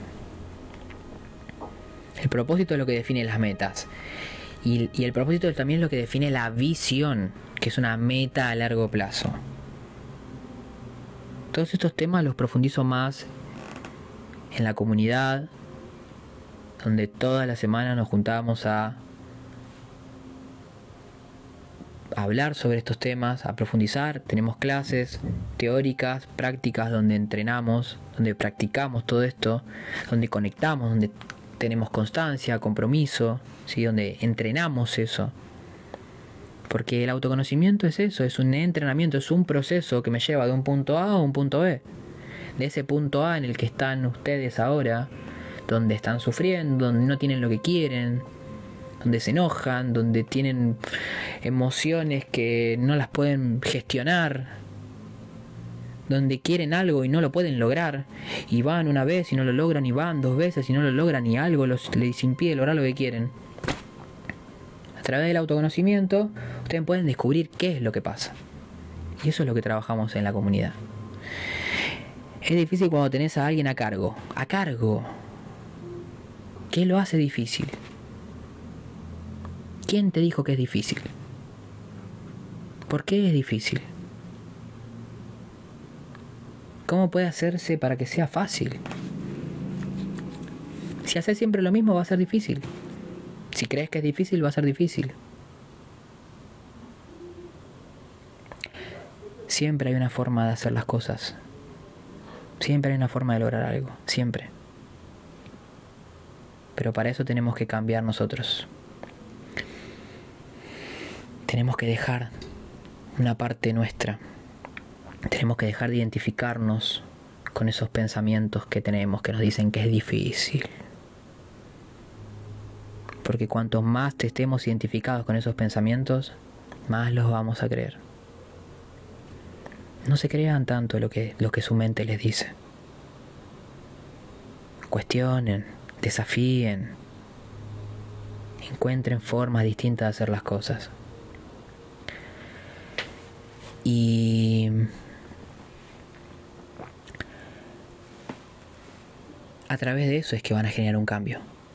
El propósito es lo que define las metas. Y, y el propósito también es lo que define la visión, que es una meta a largo plazo. Todos estos temas los profundizo más en la comunidad, donde toda la semana nos juntábamos a hablar sobre estos temas, a profundizar. Tenemos clases teóricas, prácticas, donde entrenamos, donde practicamos todo esto, donde conectamos, donde tenemos constancia, compromiso, ¿sí? Donde entrenamos eso. Porque el autoconocimiento es eso, es un entrenamiento, es un proceso que me lleva de un punto A a un punto B. De ese punto A en el que están ustedes ahora, donde están sufriendo, donde no tienen lo que quieren, donde se enojan, donde tienen emociones que no las pueden gestionar, donde quieren algo y no lo pueden lograr, y van una vez y no lo logran, y van dos veces y no lo logran, y algo los, les impide lograr lo que quieren. A través del autoconocimiento, ustedes pueden descubrir qué es lo que pasa. Y eso es lo que trabajamos en la comunidad. Es difícil cuando tenés a alguien a cargo. A cargo. ¿Qué lo hace difícil? ¿Quién te dijo que es difícil? ¿Por qué es difícil? ¿Cómo puede hacerse para que sea fácil? Si haces siempre lo mismo va a ser difícil. Si crees que es difícil va a ser difícil. Siempre hay una forma de hacer las cosas. Siempre hay una forma de lograr algo. Siempre. Pero para eso tenemos que cambiar nosotros. Tenemos que dejar una parte nuestra. Tenemos que dejar de identificarnos con esos pensamientos que tenemos que nos dicen que es difícil. Porque cuanto más te estemos identificados con esos pensamientos, más los vamos a creer. No se crean tanto lo que, lo que su mente les dice. Cuestionen, desafíen, encuentren formas distintas de hacer las cosas. Y a través de eso es que van a generar un cambio.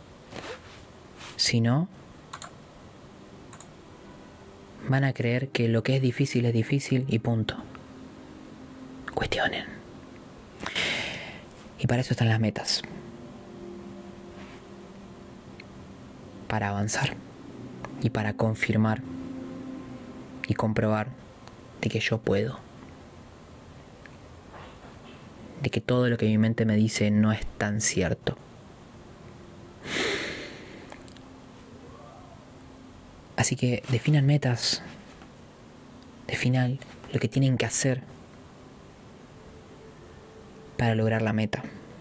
Si no, van a creer que lo que es difícil es difícil y punto. Cuestionen. Y para eso están las metas. Para avanzar. Y para confirmar. Y comprobar de que yo puedo. De que todo lo que mi mente me dice no es tan cierto. Así que definan metas. Definan lo que tienen que hacer para lograr la meta.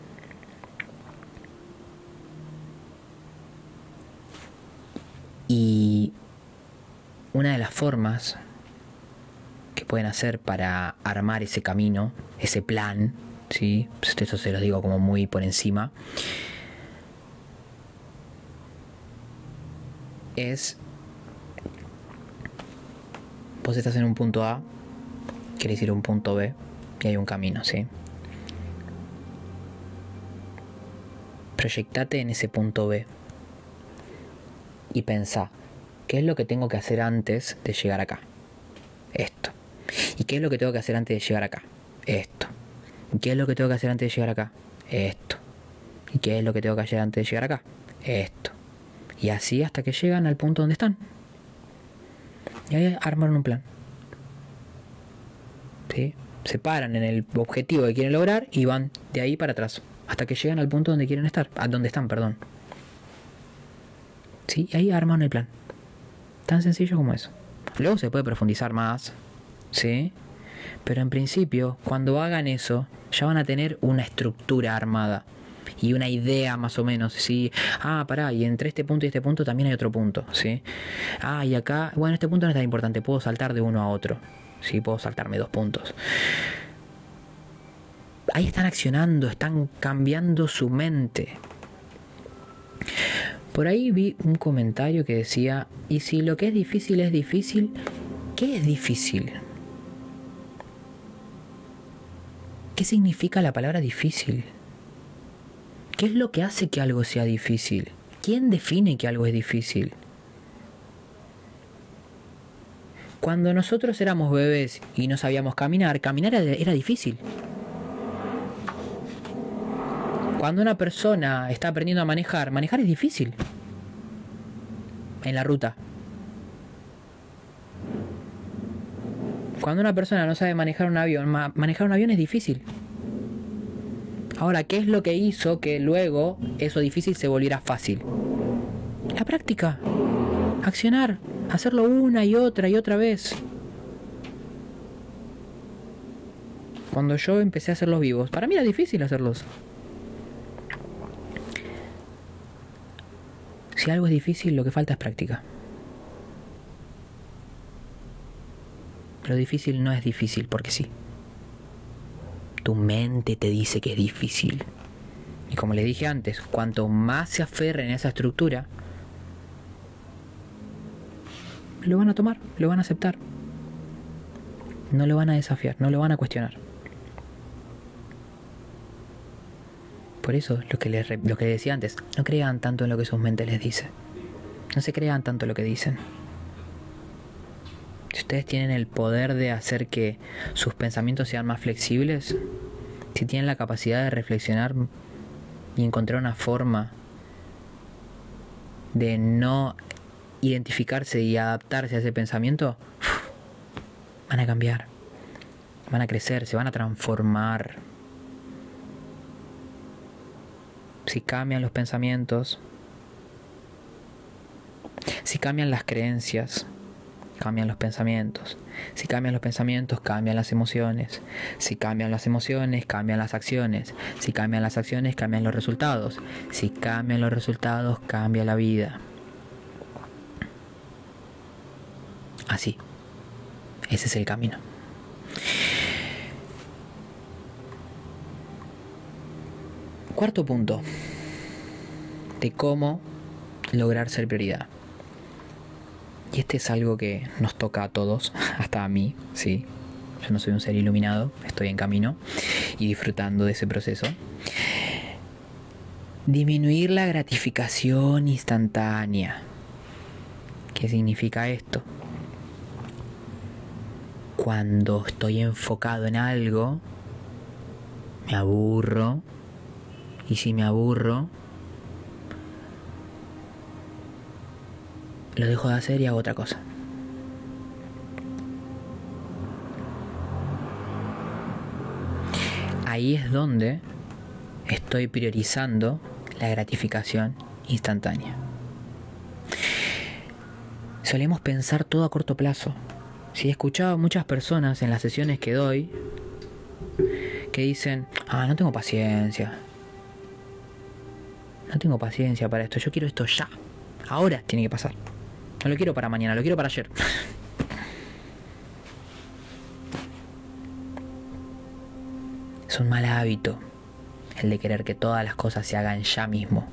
Y una de las formas que pueden hacer para armar ese camino, ese plan, ¿sí? Eso se los digo como muy por encima, es: vos estás en un punto A, querés ir a un punto B y hay un camino, ¿sí? Proyectate en ese punto B y pensá, ¿qué es lo que tengo que hacer antes de llegar acá? Esto. ¿Y qué es lo que tengo que hacer antes de llegar acá? Esto. ¿Y qué es lo que tengo que hacer antes de llegar acá? Esto. ¿Y qué es lo que tengo que hacer antes de llegar acá? Esto. Y así hasta que llegan al punto donde están. Y ahí armaron un plan. ¿Sí? Se paran en el objetivo que quieren lograr y van de ahí para atrás. Hasta que llegan al punto donde quieren estar. A donde están, perdón. ¿Sí? Y ahí arman el plan. Tan sencillo como eso. Luego se puede profundizar más. ¿Sí? Pero en principio, cuando hagan eso, ya van a tener una estructura armada. y una idea más o menos, ¿sí? Ah, pará, y entre este punto y este punto también hay otro punto, ¿sí? Ah, y acá, bueno, este punto no es tan importante, puedo saltar de uno a otro, ¿sí? Puedo saltarme dos puntos. Ahí están accionando, están cambiando su mente. Por ahí vi un comentario que decía, ¿y si lo que es difícil es difícil? ¿Qué es difícil? ¿Qué significa la palabra difícil? ¿Qué es lo que hace que algo sea difícil? ¿Quién define que algo es difícil? Cuando nosotros éramos bebés y no sabíamos caminar, caminar era, era difícil. Cuando una persona está aprendiendo a manejar, manejar es difícil. En la ruta. Cuando una persona no sabe manejar un avión, ma- manejar un avión es difícil. Ahora, ¿qué es lo que hizo que luego eso difícil se volviera fácil? La práctica. Accionar. Hacerlo una y otra y otra vez. Cuando yo empecé a hacerlos vivos, para mí era difícil hacerlos. Si algo es difícil, lo que falta es práctica. Lo difícil no es difícil porque sí. Tu mente te dice que es difícil. Y como les dije antes, cuanto más se aferren a esa estructura, lo van a tomar, lo van a aceptar. No lo van a desafiar, no lo van a cuestionar. Por eso, lo que les, lo que les decía antes, no crean tanto en lo que sus mentes les dice. No se crean tanto lo que dicen. Si ustedes tienen el poder de hacer que sus pensamientos sean más flexibles, si tienen la capacidad de reflexionar y encontrar una forma de no identificarse y adaptarse a ese pensamiento, van a cambiar, van a crecer, se van a transformar. Si cambian los pensamientos, si cambian las creencias, cambian los pensamientos. Si cambian los pensamientos, cambian las emociones. Si cambian las emociones, cambian las acciones. Si cambian las acciones, cambian los resultados. Si cambian los resultados, cambia la vida. Así. Ese es el camino. Cuarto punto de cómo lograr ser prioridad. Y este es algo que nos toca a todos, hasta a mí, sí. Yo no soy un ser iluminado, estoy en camino y disfrutando de ese proceso. Disminuir la gratificación instantánea. ¿Qué significa esto? Cuando estoy enfocado en algo, me aburro. Y si me aburro, lo dejo de hacer y hago otra cosa. Ahí es donde estoy priorizando la gratificación instantánea. Solemos pensar todo a corto plazo. Si he escuchado a muchas personas en las sesiones que doy que dicen, ah, no tengo paciencia. No tengo paciencia para esto, yo quiero esto ya. Ahora tiene que pasar. No lo quiero para mañana, lo quiero para ayer. Es un mal hábito el de querer que todas las cosas se hagan ya mismo.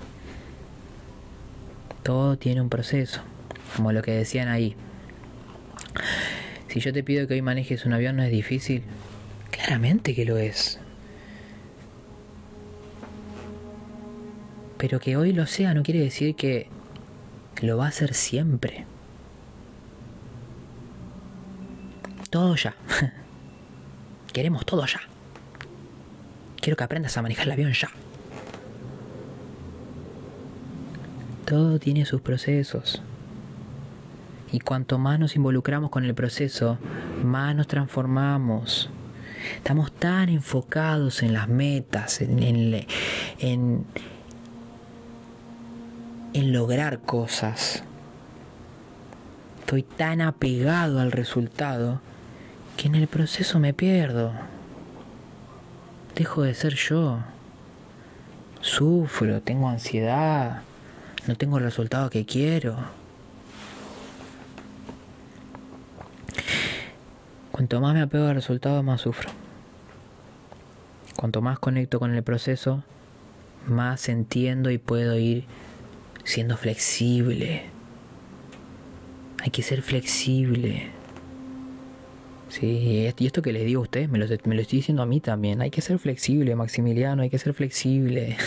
Todo tiene un proceso, como lo que decían ahí. Si yo te pido que hoy manejes un avión, ¿no es difícil? Claramente que lo es. Pero que hoy lo sea no quiere decir que lo va a hacer siempre. Todo ya. Queremos todo ya. Quiero que aprendas a manejar el avión ya. Todo tiene sus procesos. Y cuanto más nos involucramos con el proceso, más nos transformamos. Estamos tan enfocados en las metas, en, en, en en lograr cosas. Estoy tan apegado al resultado que en el proceso me pierdo. Dejo de ser yo. Sufro, tengo ansiedad, no tengo el resultado que quiero. Cuanto más me apego al resultado, más sufro. Cuanto más conecto con el proceso, más entiendo y puedo ir siendo flexible. Hay que ser flexible. Sí, y esto que les digo a ustedes me lo, me lo estoy diciendo a mí también. Hay que ser flexible, Maximiliano, hay que ser flexible.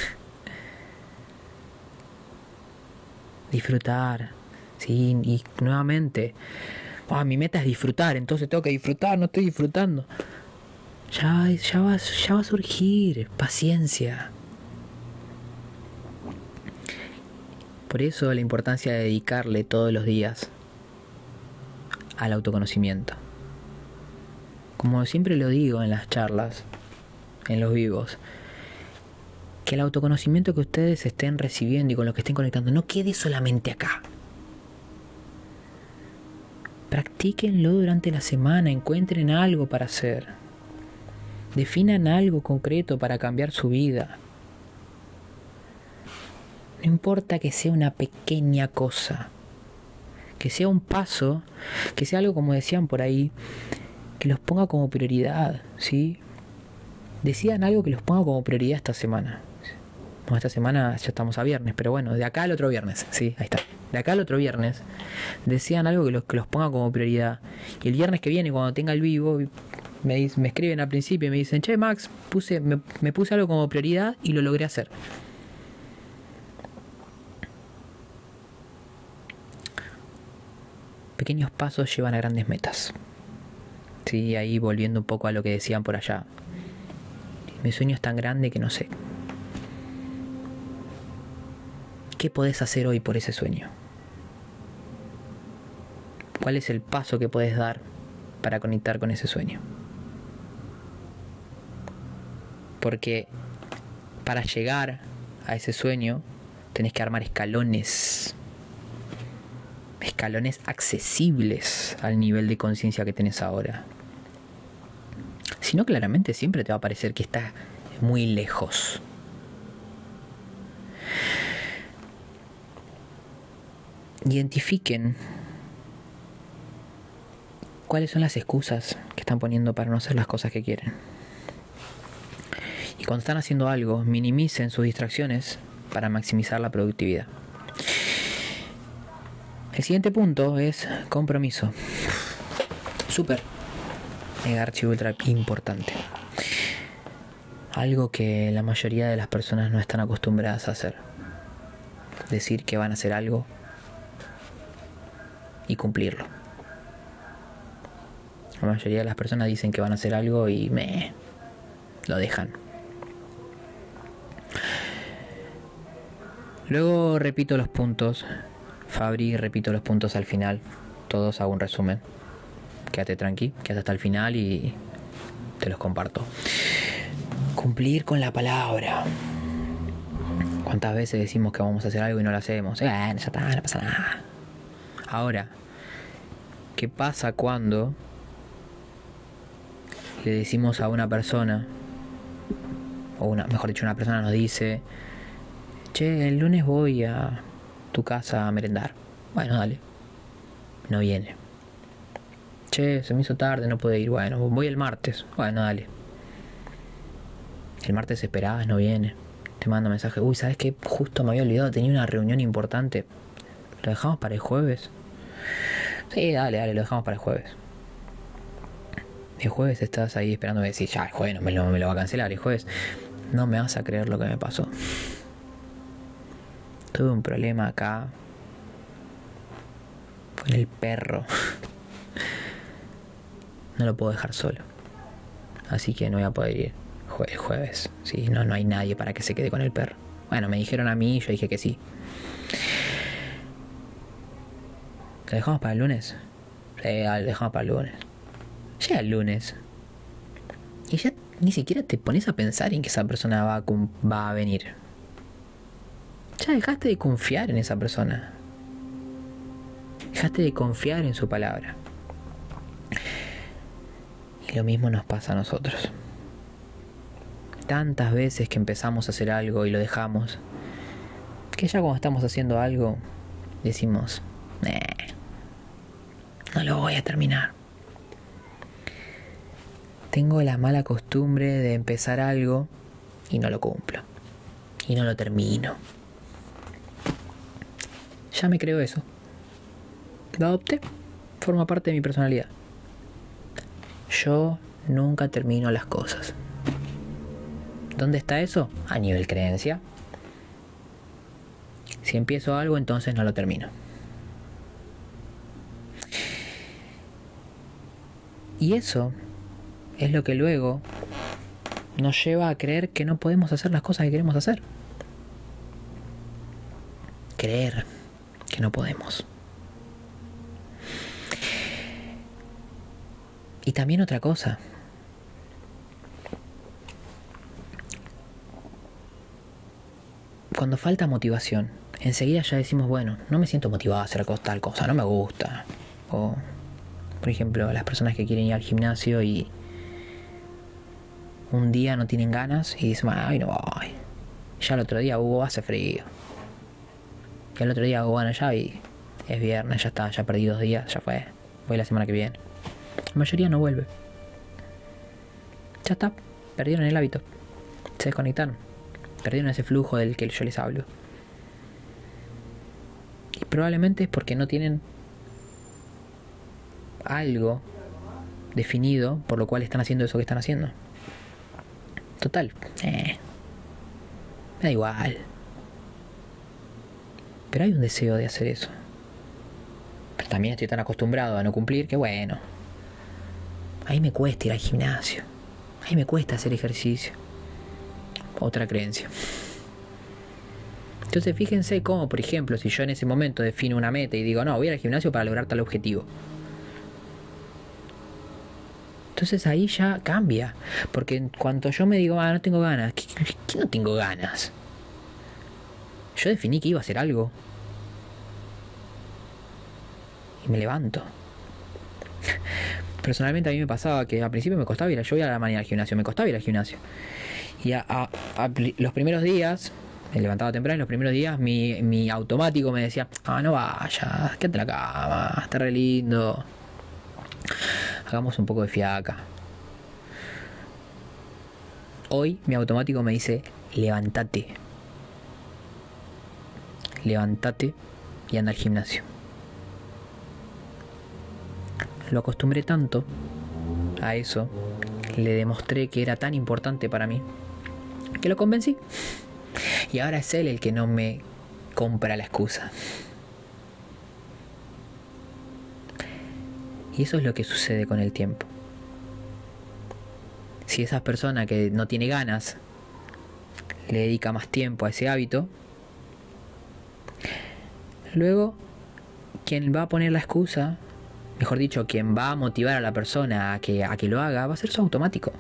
Disfrutar. Sí, y nuevamente, oh, mi meta es disfrutar, entonces tengo que disfrutar, no estoy disfrutando. Ya, ya, va, ya va a surgir, paciencia. Por eso la importancia de dedicarle todos los días al autoconocimiento. Como siempre lo digo en las charlas, en los vivos, que el autoconocimiento que ustedes estén recibiendo y con lo que estén conectando no quede solamente acá. Practíquenlo durante la semana, encuentren algo para hacer. Definan algo concreto para cambiar su vida. No importa que sea una pequeña cosa, que sea un paso, que sea algo como decían por ahí, que los ponga como prioridad, ¿sí? Decidan algo que los ponga como prioridad esta semana. Bueno, esta semana ya estamos a viernes, pero bueno, de acá al otro viernes, sí, ahí está. De acá al otro viernes, decidan algo que los, que los ponga como prioridad. Y el viernes que viene, cuando tenga el vivo, me, me escriben al principio y me dicen, che, Max, puse, me, me puse algo como prioridad y lo logré hacer. Pequeños pasos llevan a grandes metas. Sí, ahí volviendo un poco a lo que decían por allá. Mi sueño es tan grande que no sé. ¿Qué podés hacer hoy por ese sueño? ¿Cuál es el paso que podés dar para conectar con ese sueño? Porque para llegar a ese sueño tenés que armar escalones. Escalones accesibles al nivel de conciencia que tenés ahora. Si no, claramente siempre te va a parecer que estás muy lejos. Identifiquen cuáles son las excusas que están poniendo para no hacer las cosas que quieren. Y cuando están haciendo algo, minimicen sus distracciones para maximizar la productividad. El siguiente punto es compromiso. Súper. Mega archivo ultra importante. Algo que la mayoría de las personas no están acostumbradas a hacer. Decir que van a hacer algo y cumplirlo. La mayoría de las personas dicen que van a hacer algo y me lo dejan. Luego repito los puntos. Fabri, repito los puntos al final. Todos hago un resumen. Quédate tranqui, quédate hasta el final y te los comparto. Cumplir con la palabra. ¿Cuántas veces decimos que vamos a hacer algo y no lo hacemos? Eh, ya está, no pasa nada. Ahora, ¿qué pasa cuando le decimos a una persona, o una, mejor dicho, una persona nos dice, che, el lunes voy a tu casa a merendar? Bueno, dale. No viene. Che, se me hizo tarde, no puedo ir. Bueno, voy el martes. Bueno, dale. El martes esperás, no viene. Te manda mensaje. Uy, ¿sabes qué? Justo me había olvidado, tenía una reunión importante. ¿Lo dejamos para el jueves? Sí, dale, dale, lo dejamos para el jueves. El jueves estás ahí esperando y decís, ya, el jueves no me lo, me lo va a cancelar. El jueves no me vas a creer lo que me pasó. Tuve un problema acá con el perro. No lo puedo dejar solo. Así que no voy a poder ir el jueves. Sí, no, no hay nadie para que se quede con el perro. Bueno, me dijeron a mí y yo dije que sí. ¿Lo dejamos para el lunes? Sí, lo dejamos para el lunes. Llega el lunes y ya ni siquiera te pones a pensar en que esa persona va a, va a venir. Ya dejaste de confiar en esa persona. Dejaste de confiar en su palabra. Y lo mismo nos pasa a nosotros. tantas veces que empezamos a hacer algo y lo dejamos, que ya cuando estamos haciendo algo decimos, eh, no lo voy a terminar. Tengo la mala costumbre de empezar algo y no lo cumplo. Y no lo termino. Ya me creo eso. Lo adopté. Forma parte de mi personalidad. Yo nunca termino las cosas. ¿Dónde está eso? A nivel creencia. Si empiezo algo, entonces no lo termino. Y eso es lo que luego nos lleva a creer que no podemos hacer las cosas que queremos hacer. Creer que no podemos. Y también otra cosa. Cuando falta motivación, enseguida ya decimos, bueno, no me siento motivado a hacer tal cosa, no me gusta. O, por ejemplo, las personas que quieren ir al gimnasio y un día no tienen ganas y dicen, ay, no voy. Ya el otro día hubo, hace frío. Y el otro día hubo, bueno, ya y es viernes, ya está, ya perdí dos días, ya fue. Voy la semana que viene. La mayoría no vuelve. Ya está, perdieron el hábito. Se desconectaron. Perdieron ese flujo del que yo les hablo. Y probablemente es porque no tienen algo definido por lo cual están haciendo eso que están haciendo. Total, eh, me da igual. Pero hay un deseo de hacer eso. Pero también estoy tan acostumbrado a no cumplir que bueno. Ahí me cuesta ir al gimnasio. Ahí me cuesta hacer ejercicio. Otra creencia. Entonces fíjense cómo, por ejemplo, si yo en ese momento defino una meta y digo, no, voy al gimnasio para lograr tal objetivo. Entonces ahí ya cambia. Porque en cuanto yo me digo, ah, no tengo ganas. ¿Qué, qué, qué no tengo ganas? Yo definí que iba a hacer algo. Y me levanto. Personalmente a mí me pasaba que al principio me costaba ir, yo iba a la mañana al gimnasio, me costaba ir al gimnasio. Y a, a, a los primeros días, me levantaba temprano y los primeros días mi, mi automático me decía, ah, no vayas, quédate en la cama, está re lindo. Hagamos un poco de fiaca. Hoy mi automático me dice, levántate. Levántate y anda al gimnasio. Lo acostumbré tanto a eso, le demostré que era tan importante para mí, que lo convencí. Y ahora es él el que no me compra la excusa. Y eso es lo que sucede con el tiempo. Si esa persona que no tiene ganas le dedica más tiempo a ese hábito, luego quien va a poner la excusa, mejor dicho, quien va a motivar a la persona a que, a que lo haga, va a ser su automático.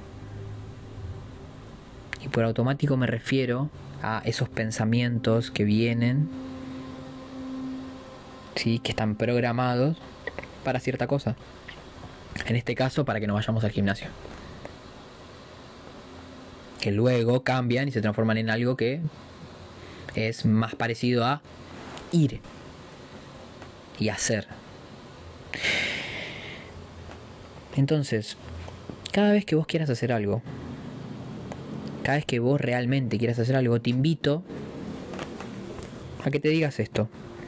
Y por automático me refiero a esos pensamientos que vienen, ¿sí?, que están programados para cierta cosa. En este caso, para que no vayamos al gimnasio. Que luego cambian y se transforman en algo que es más parecido a ir y hacer. Entonces, cada vez que vos quieras hacer algo, cada vez que vos realmente quieras hacer algo, te invito a que te digas esto.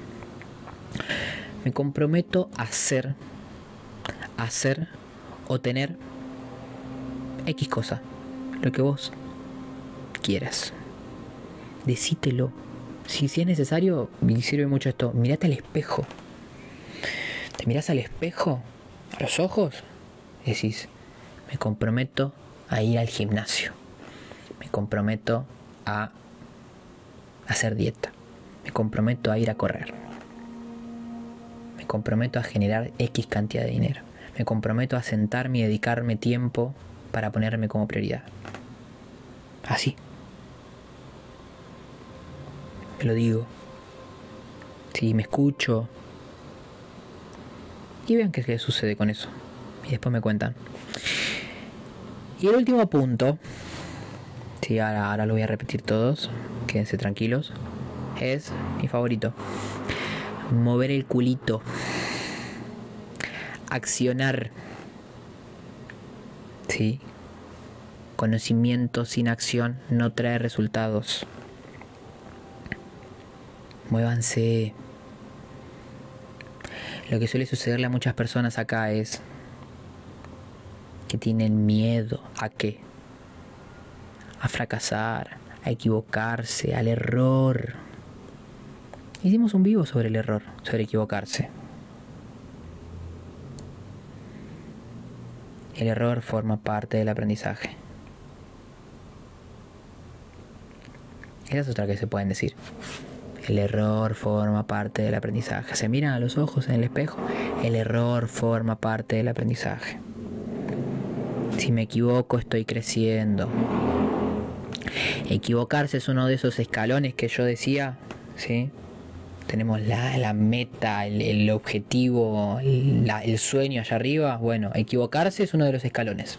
Me comprometo a hacer, hacer o tener X cosa, lo que vos quieras. Decítelo. Si, si es necesario, me sirve mucho esto. Mirate al espejo. Te mirás al espejo, a los ojos, y decís, me comprometo a ir al gimnasio. Me comprometo a hacer dieta. Me comprometo a ir a correr. Me comprometo a generar X cantidad de dinero. Me comprometo a sentarme y dedicarme tiempo para ponerme como prioridad. Así. Me lo digo. Sí, me escucho. Y vean qué, qué sucede con eso. Y después me cuentan. Y el último punto, sí, sí, ahora, ahora lo voy a repetir todos, quédense tranquilos, es mi favorito. Mover el culito. Accionar. Sí. Conocimiento sin acción no trae resultados. Muévanse. Lo que suele sucederle a muchas personas acá es que tienen miedo a qué, a fracasar, a equivocarse, al error. Hicimos un vivo sobre el error, sobre equivocarse. El error forma parte del aprendizaje. Esa es otra que se pueden decir. El error forma parte del aprendizaje. Se miran a los ojos en el espejo. El error forma parte del aprendizaje. Si me equivoco, estoy creciendo. Equivocarse es uno de esos escalones que yo decía, ¿sí? Tenemos la, la meta, el, el objetivo, el, la, el sueño allá arriba. Bueno, equivocarse es uno de los escalones.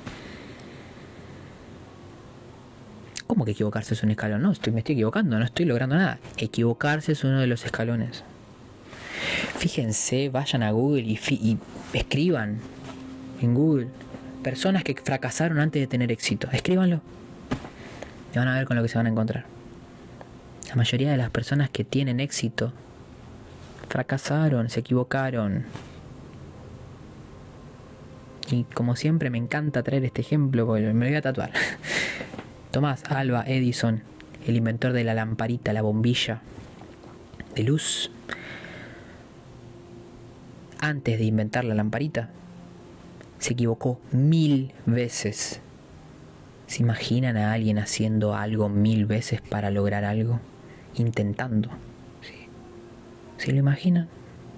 ¿Cómo que equivocarse es un escalón? No, estoy, me estoy equivocando, no estoy logrando nada. Equivocarse es uno de los escalones. Fíjense, vayan a Google y, y escriban en Google personas que fracasaron antes de tener éxito. Escríbanlo. Y van a ver con lo que se van a encontrar. La mayoría de las personas que tienen éxito fracasaron, se equivocaron. Y como siempre me encanta traer este ejemplo porque me lo voy a tatuar. Thomas Alva Edison, el inventor de la lamparita, la bombilla de luz. Antes de inventar la lamparita, se equivocó mil veces. ¿Se imaginan a alguien haciendo algo mil veces para lograr algo? Intentando. ¿Sí? ¿Se lo imaginan?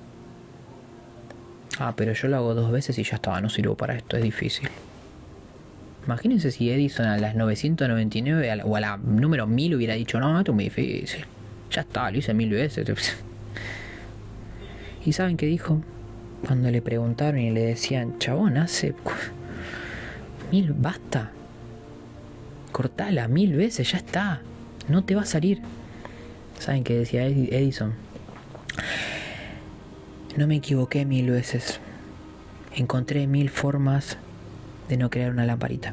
Ah, pero yo lo hago dos veces y ya estaba, no sirvo para esto, es difícil. Imagínense si Edison a las novecientos noventa y nueve a la, o a la número mil hubiera dicho, no, esto es muy difícil. Ya está, lo hice mil veces. ¿Y saben qué dijo? Cuando le preguntaron y le decían, chabón, hace mil, basta. Cortala mil veces, ya está. No te va a salir. ¿Saben qué decía Edison? No me equivoqué mil veces. Encontré mil formas de no crear una lamparita.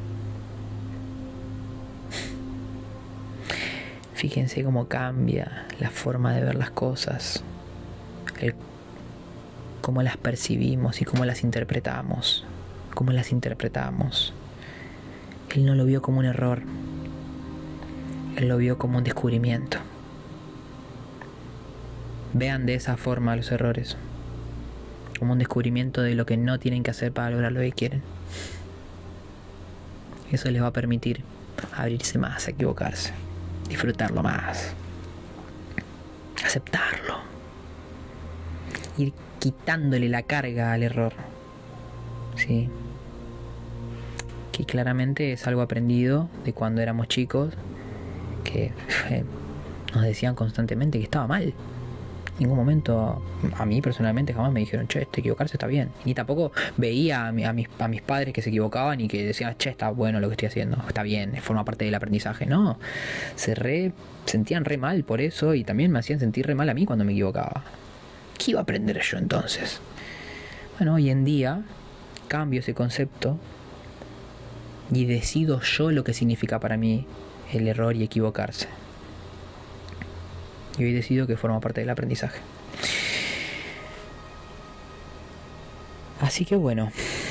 Fíjense cómo cambia la forma de ver las cosas, el, cómo las percibimos y cómo las interpretamos, cómo las interpretamos. Él no lo vio como un error, él lo vio como un descubrimiento. Vean de esa forma los errores, como un descubrimiento de lo que no tienen que hacer para lograr lo que quieren. Eso les va a permitir abrirse más, a equivocarse, disfrutarlo más, aceptarlo, ir quitándole la carga al error, ¿sí? Que claramente es algo aprendido de cuando éramos chicos, que eh, nos decían constantemente que estaba mal. En ningún momento, a mí personalmente jamás me dijeron, che, este equivocarse está bien. Ni tampoco veía a, mi, a, mis, a mis padres que se equivocaban y que decían, che, está bueno lo que estoy haciendo, está bien, forma parte del aprendizaje. No, se re, sentían re mal por eso y también me hacían sentir re mal a mí cuando me equivocaba. ¿Qué iba a aprender yo entonces? Bueno, hoy en día cambio ese concepto y decido yo lo que significa para mí el error y equivocarse. Y hoy decido que forma parte del aprendizaje. Así que bueno.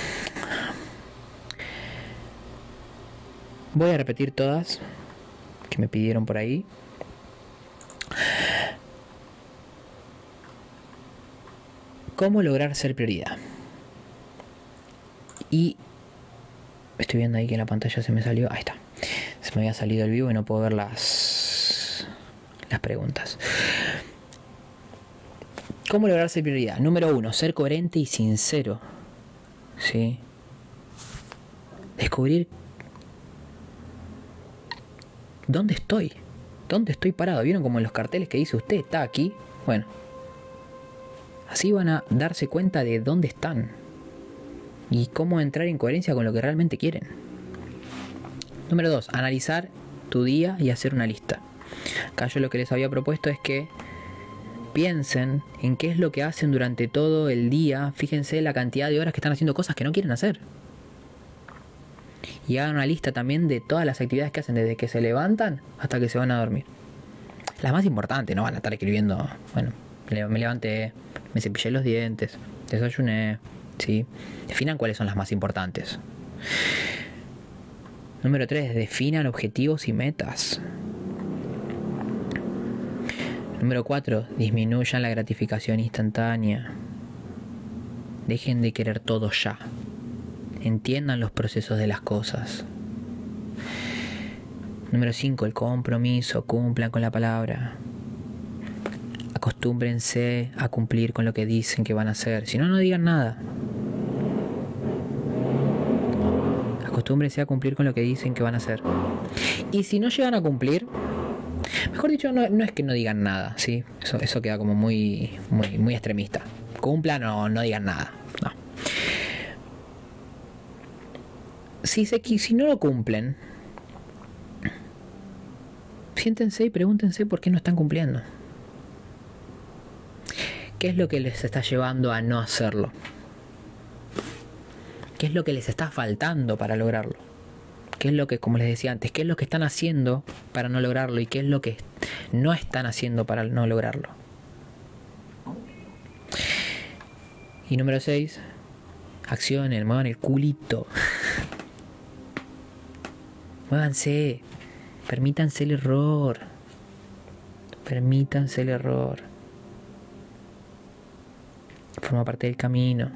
Voy a repetir todas que me pidieron por ahí. ¿Cómo lograr ser prioridad? Y estoy viendo ahí que en la pantalla se me salió. Ahí está. Se me había salido el vivo y no puedo ver las... las preguntas. ¿Cómo lograr ser prioridad? Número uno, ser coherente y sincero. ¿Sí? Descubrir dónde estoy. ¿Dónde estoy parado? ¿Vieron como en los carteles que dice usted está aquí? Bueno. Así van a darse cuenta de dónde están. Y cómo entrar en coherencia con lo que realmente quieren. Número dos, analizar tu día y hacer una lista. Acá yo lo que les había propuesto es que piensen en qué es lo que hacen durante todo el día. Fíjense la cantidad de horas que están haciendo cosas que no quieren hacer. Y hagan una lista también de todas las actividades que hacen desde que se levantan hasta que se van a dormir. Las más importantes, no van a estar escribiendo, bueno, me levanté, me cepillé los dientes, desayuné, ¿sí? Definan cuáles son las más importantes. Número tres, definan objetivos y metas. Número cuatro, disminuyan la gratificación instantánea. Dejen de querer todo ya. Entiendan los procesos de las cosas. Número cinco, el compromiso. Cumplan con la palabra. Acostúmbrense a cumplir con lo que dicen que van a hacer. Si no, no digan nada. Acostúmbrense a cumplir con lo que dicen que van a hacer. Y si no llegan a cumplir, mejor dicho, no, no es que no digan nada, ¿sí? Eso, eso queda como muy, muy, muy extremista. Cumplan o no digan nada. No. Si, se, si no lo cumplen, siéntense y pregúntense por qué no están cumpliendo. ¿Qué es lo que les está llevando a no hacerlo? ¿Qué es lo que les está faltando para lograrlo? ¿Qué es lo que, como les decía antes, qué es lo que están haciendo para no lograrlo y qué es lo que no están haciendo para no lograrlo? Y número seis, accionen, muevan el culito. Muévanse, permítanse el error. Permítanse el error. Forma parte del camino.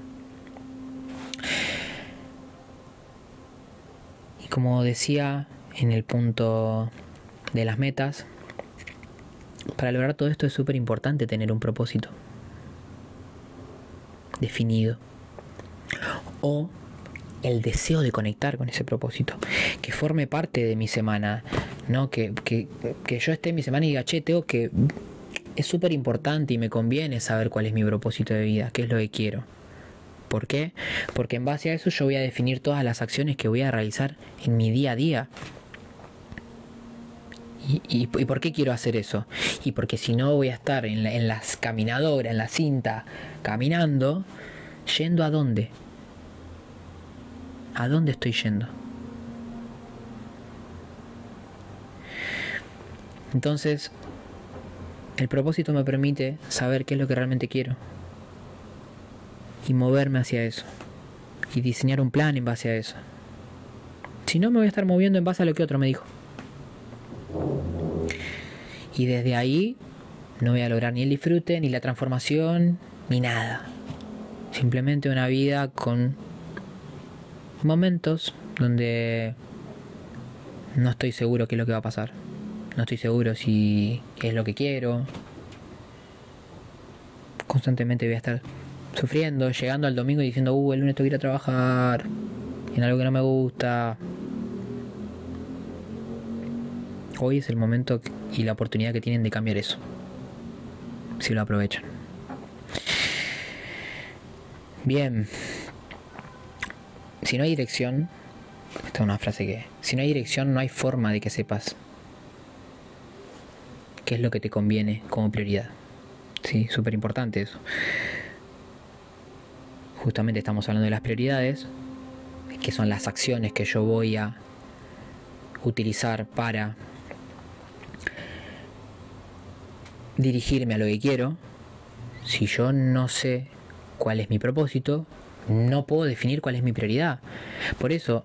Y como decía en el punto de las metas, para lograr todo esto es súper importante tener un propósito definido. O el deseo de conectar con ese propósito, que forme parte de mi semana, ¿no? Que, que, que yo esté en mi semana y diga, che, tengo que... Es súper importante y me conviene saber cuál es mi propósito de vida, qué es lo que quiero. ¿Por qué? Porque en base a eso yo voy a definir todas las acciones que voy a realizar en mi día a día. ¿Y, y, y por qué quiero hacer eso? Y porque si no voy a estar en, la, en las caminadoras, en la cinta, caminando, ¿yendo a dónde? ¿A dónde estoy yendo? Entonces, el propósito me permite saber qué es lo que realmente quiero y moverme hacia eso y diseñar un plan en base a eso. Si no, me voy a estar moviendo en base a lo que otro me dijo. Y desde ahí no voy a lograr ni el disfrute, ni la transformación, ni nada. Simplemente una vida con momentos donde no estoy seguro qué es lo que va a pasar. No estoy seguro si es lo que quiero. Constantemente voy a estar sufriendo, llegando al domingo y diciendo, uh, el lunes tengo que ir a trabajar en algo que no me gusta. Hoy es el momento y la oportunidad que tienen de cambiar eso, si lo aprovechan. Bien. Si no hay dirección, esta es una frase que... Si no hay dirección, no hay forma de que sepas qué es lo que te conviene como prioridad. Sí, súper importante eso. Justamente estamos hablando de las prioridades, que son las acciones que yo voy a utilizar para dirigirme a lo que quiero. Si yo no sé cuál es mi propósito, no puedo definir cuál es mi prioridad. Por eso,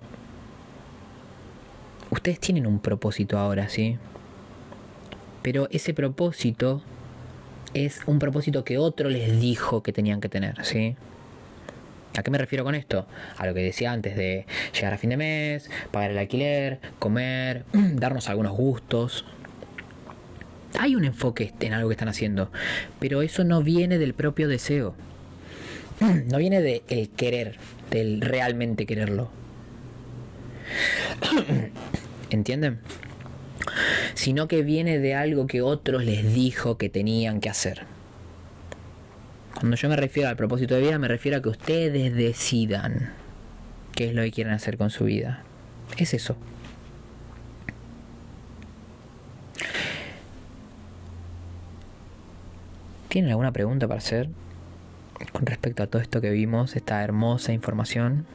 ustedes tienen un propósito ahora, ¿sí? Pero ese propósito es un propósito que otro les dijo que tenían que tener, ¿sí? ¿A qué me refiero con esto? A lo que decía antes de llegar a fin de mes, pagar el alquiler, comer, darnos algunos gustos. Hay un enfoque en algo que están haciendo, pero eso no viene del propio deseo. No viene del querer, del realmente quererlo. ¿Entienden? Sino que viene de algo que otros les dijo que tenían que hacer. Cuando yo me refiero al propósito de vida, me refiero a que ustedes decidan qué es lo que quieren hacer con su vida. Es eso. ¿Tienen alguna pregunta para hacer con respecto a todo esto que vimos, esta hermosa información?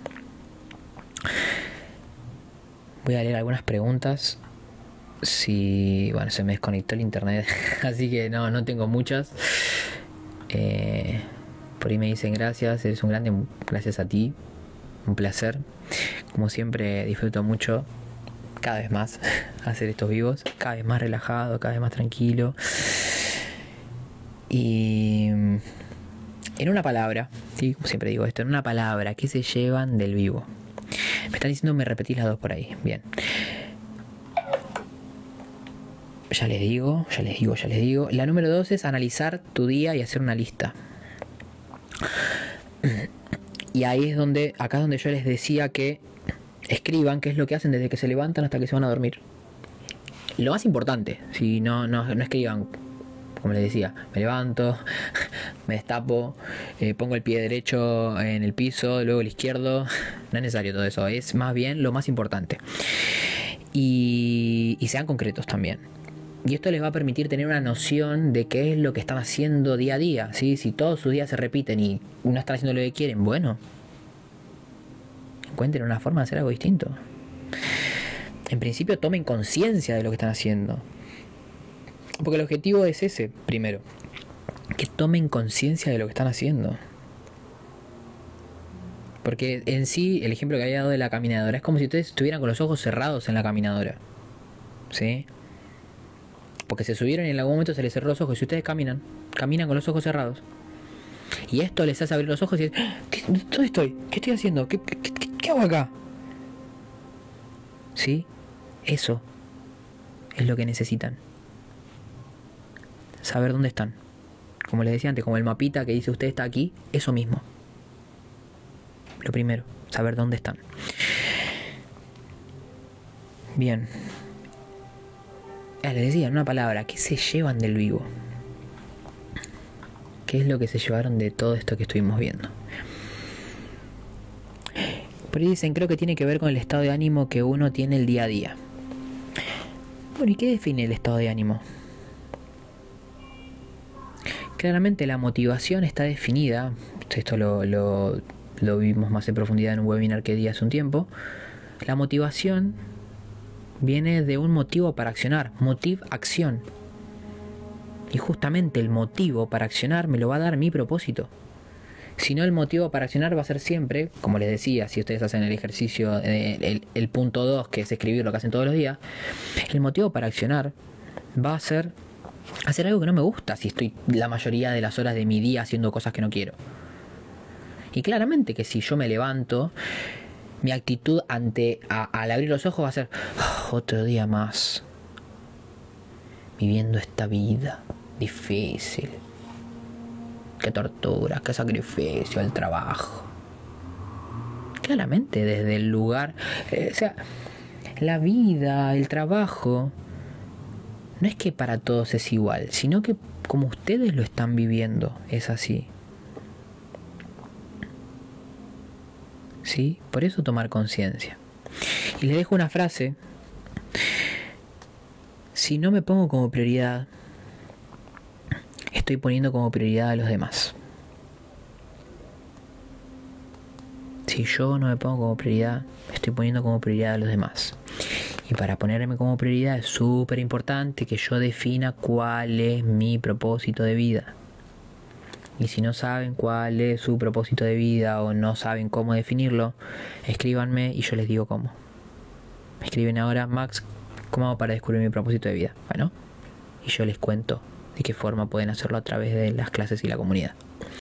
Voy a leer algunas preguntas. Si, bueno, se me desconectó el internet, así que no, no tengo muchas. Eh, por ahí me dicen gracias, eres un grande, gracias a ti, un placer. Como siempre disfruto mucho, cada vez más, hacer estos vivos, cada vez más relajado, cada vez más tranquilo. Y en una palabra, ¿sí? Como siempre digo esto, en una palabra, ¿qué se llevan del vivo? Me están diciendo, me repetís las dos por ahí, bien. Ya les digo, ya les digo, ya les digo. La número dos es analizar tu día y hacer una lista. Y ahí es donde, acá es donde yo les decía que escriban qué es lo que hacen desde que se levantan hasta que se van a dormir. Lo más importante, si no, no, no escriban, como les decía, me levanto, me destapo, eh, pongo el pie derecho en el piso, luego el izquierdo. No es necesario todo eso, es más bien lo más importante. Y, y sean concretos también. Y esto les va a permitir tener una noción de qué es lo que están haciendo día a día, ¿sí? Si todos sus días se repiten y no están haciendo lo que quieren, bueno, encuentren una forma de hacer algo distinto. En principio tomen conciencia de lo que están haciendo. Porque el objetivo es ese, primero. Que tomen conciencia de lo que están haciendo. Porque en sí, el ejemplo que había dado de la caminadora, es como si ustedes estuvieran con los ojos cerrados en la caminadora, ¿sí? Porque se subieron y en algún momento se les cerró los ojos. Y ustedes caminan, caminan con los ojos cerrados. Y esto les hace abrir los ojos y decir, ¿qué, ¿dónde estoy? ¿Qué estoy haciendo? ¿Qué, qué, qué, qué hago acá? ¿Sí? Eso es lo que necesitan. Saber dónde están. Como les decía antes, como el mapita que dice usted está aquí, eso mismo. Lo primero, saber dónde están. Bien. Ah, les decía, en una palabra, ¿qué se llevan del vivo? ¿Qué es lo que se llevaron de todo esto que estuvimos viendo? Por ahí dicen, creo que tiene que ver con el estado de ánimo que uno tiene el día a día. Bueno, ¿y qué define el estado de ánimo? Claramente la motivación está definida. Esto lo, lo, lo vimos más en profundidad en un webinar que di hace un tiempo. La motivación viene de un motivo para accionar, motiv acción. Y justamente el motivo para accionar me lo va a dar mi propósito. Si no, el motivo para accionar va a ser siempre, como les decía, si ustedes hacen el ejercicio, eh, el, el punto dos, que es escribir lo que hacen todos los días, el motivo para accionar va a ser hacer algo que no me gusta si estoy la mayoría de las horas de mi día haciendo cosas que no quiero. Y claramente que si yo me levanto, mi actitud ante a, al abrir los ojos va a ser oh, otro día más viviendo esta vida difícil, qué tortura, qué sacrificio, el trabajo. Claramente desde el lugar, eh, o sea, la vida, el trabajo, no es que para todos es igual, sino que como ustedes lo están viviendo es así. ¿Sí? Por eso tomar conciencia. Y les dejo una frase. Si no me pongo como prioridad, estoy poniendo como prioridad a los demás. Si yo no me pongo como prioridad, estoy poniendo como prioridad a los demás. Y para ponerme como prioridad es súper importante que yo defina cuál es mi propósito de vida. Y si no saben cuál es su propósito de vida o no saben cómo definirlo, escríbanme y yo les digo cómo. Me escriben ahora, Max, ¿cómo hago para descubrir mi propósito de vida? Bueno, y yo les cuento de qué forma pueden hacerlo a través de las clases y la comunidad.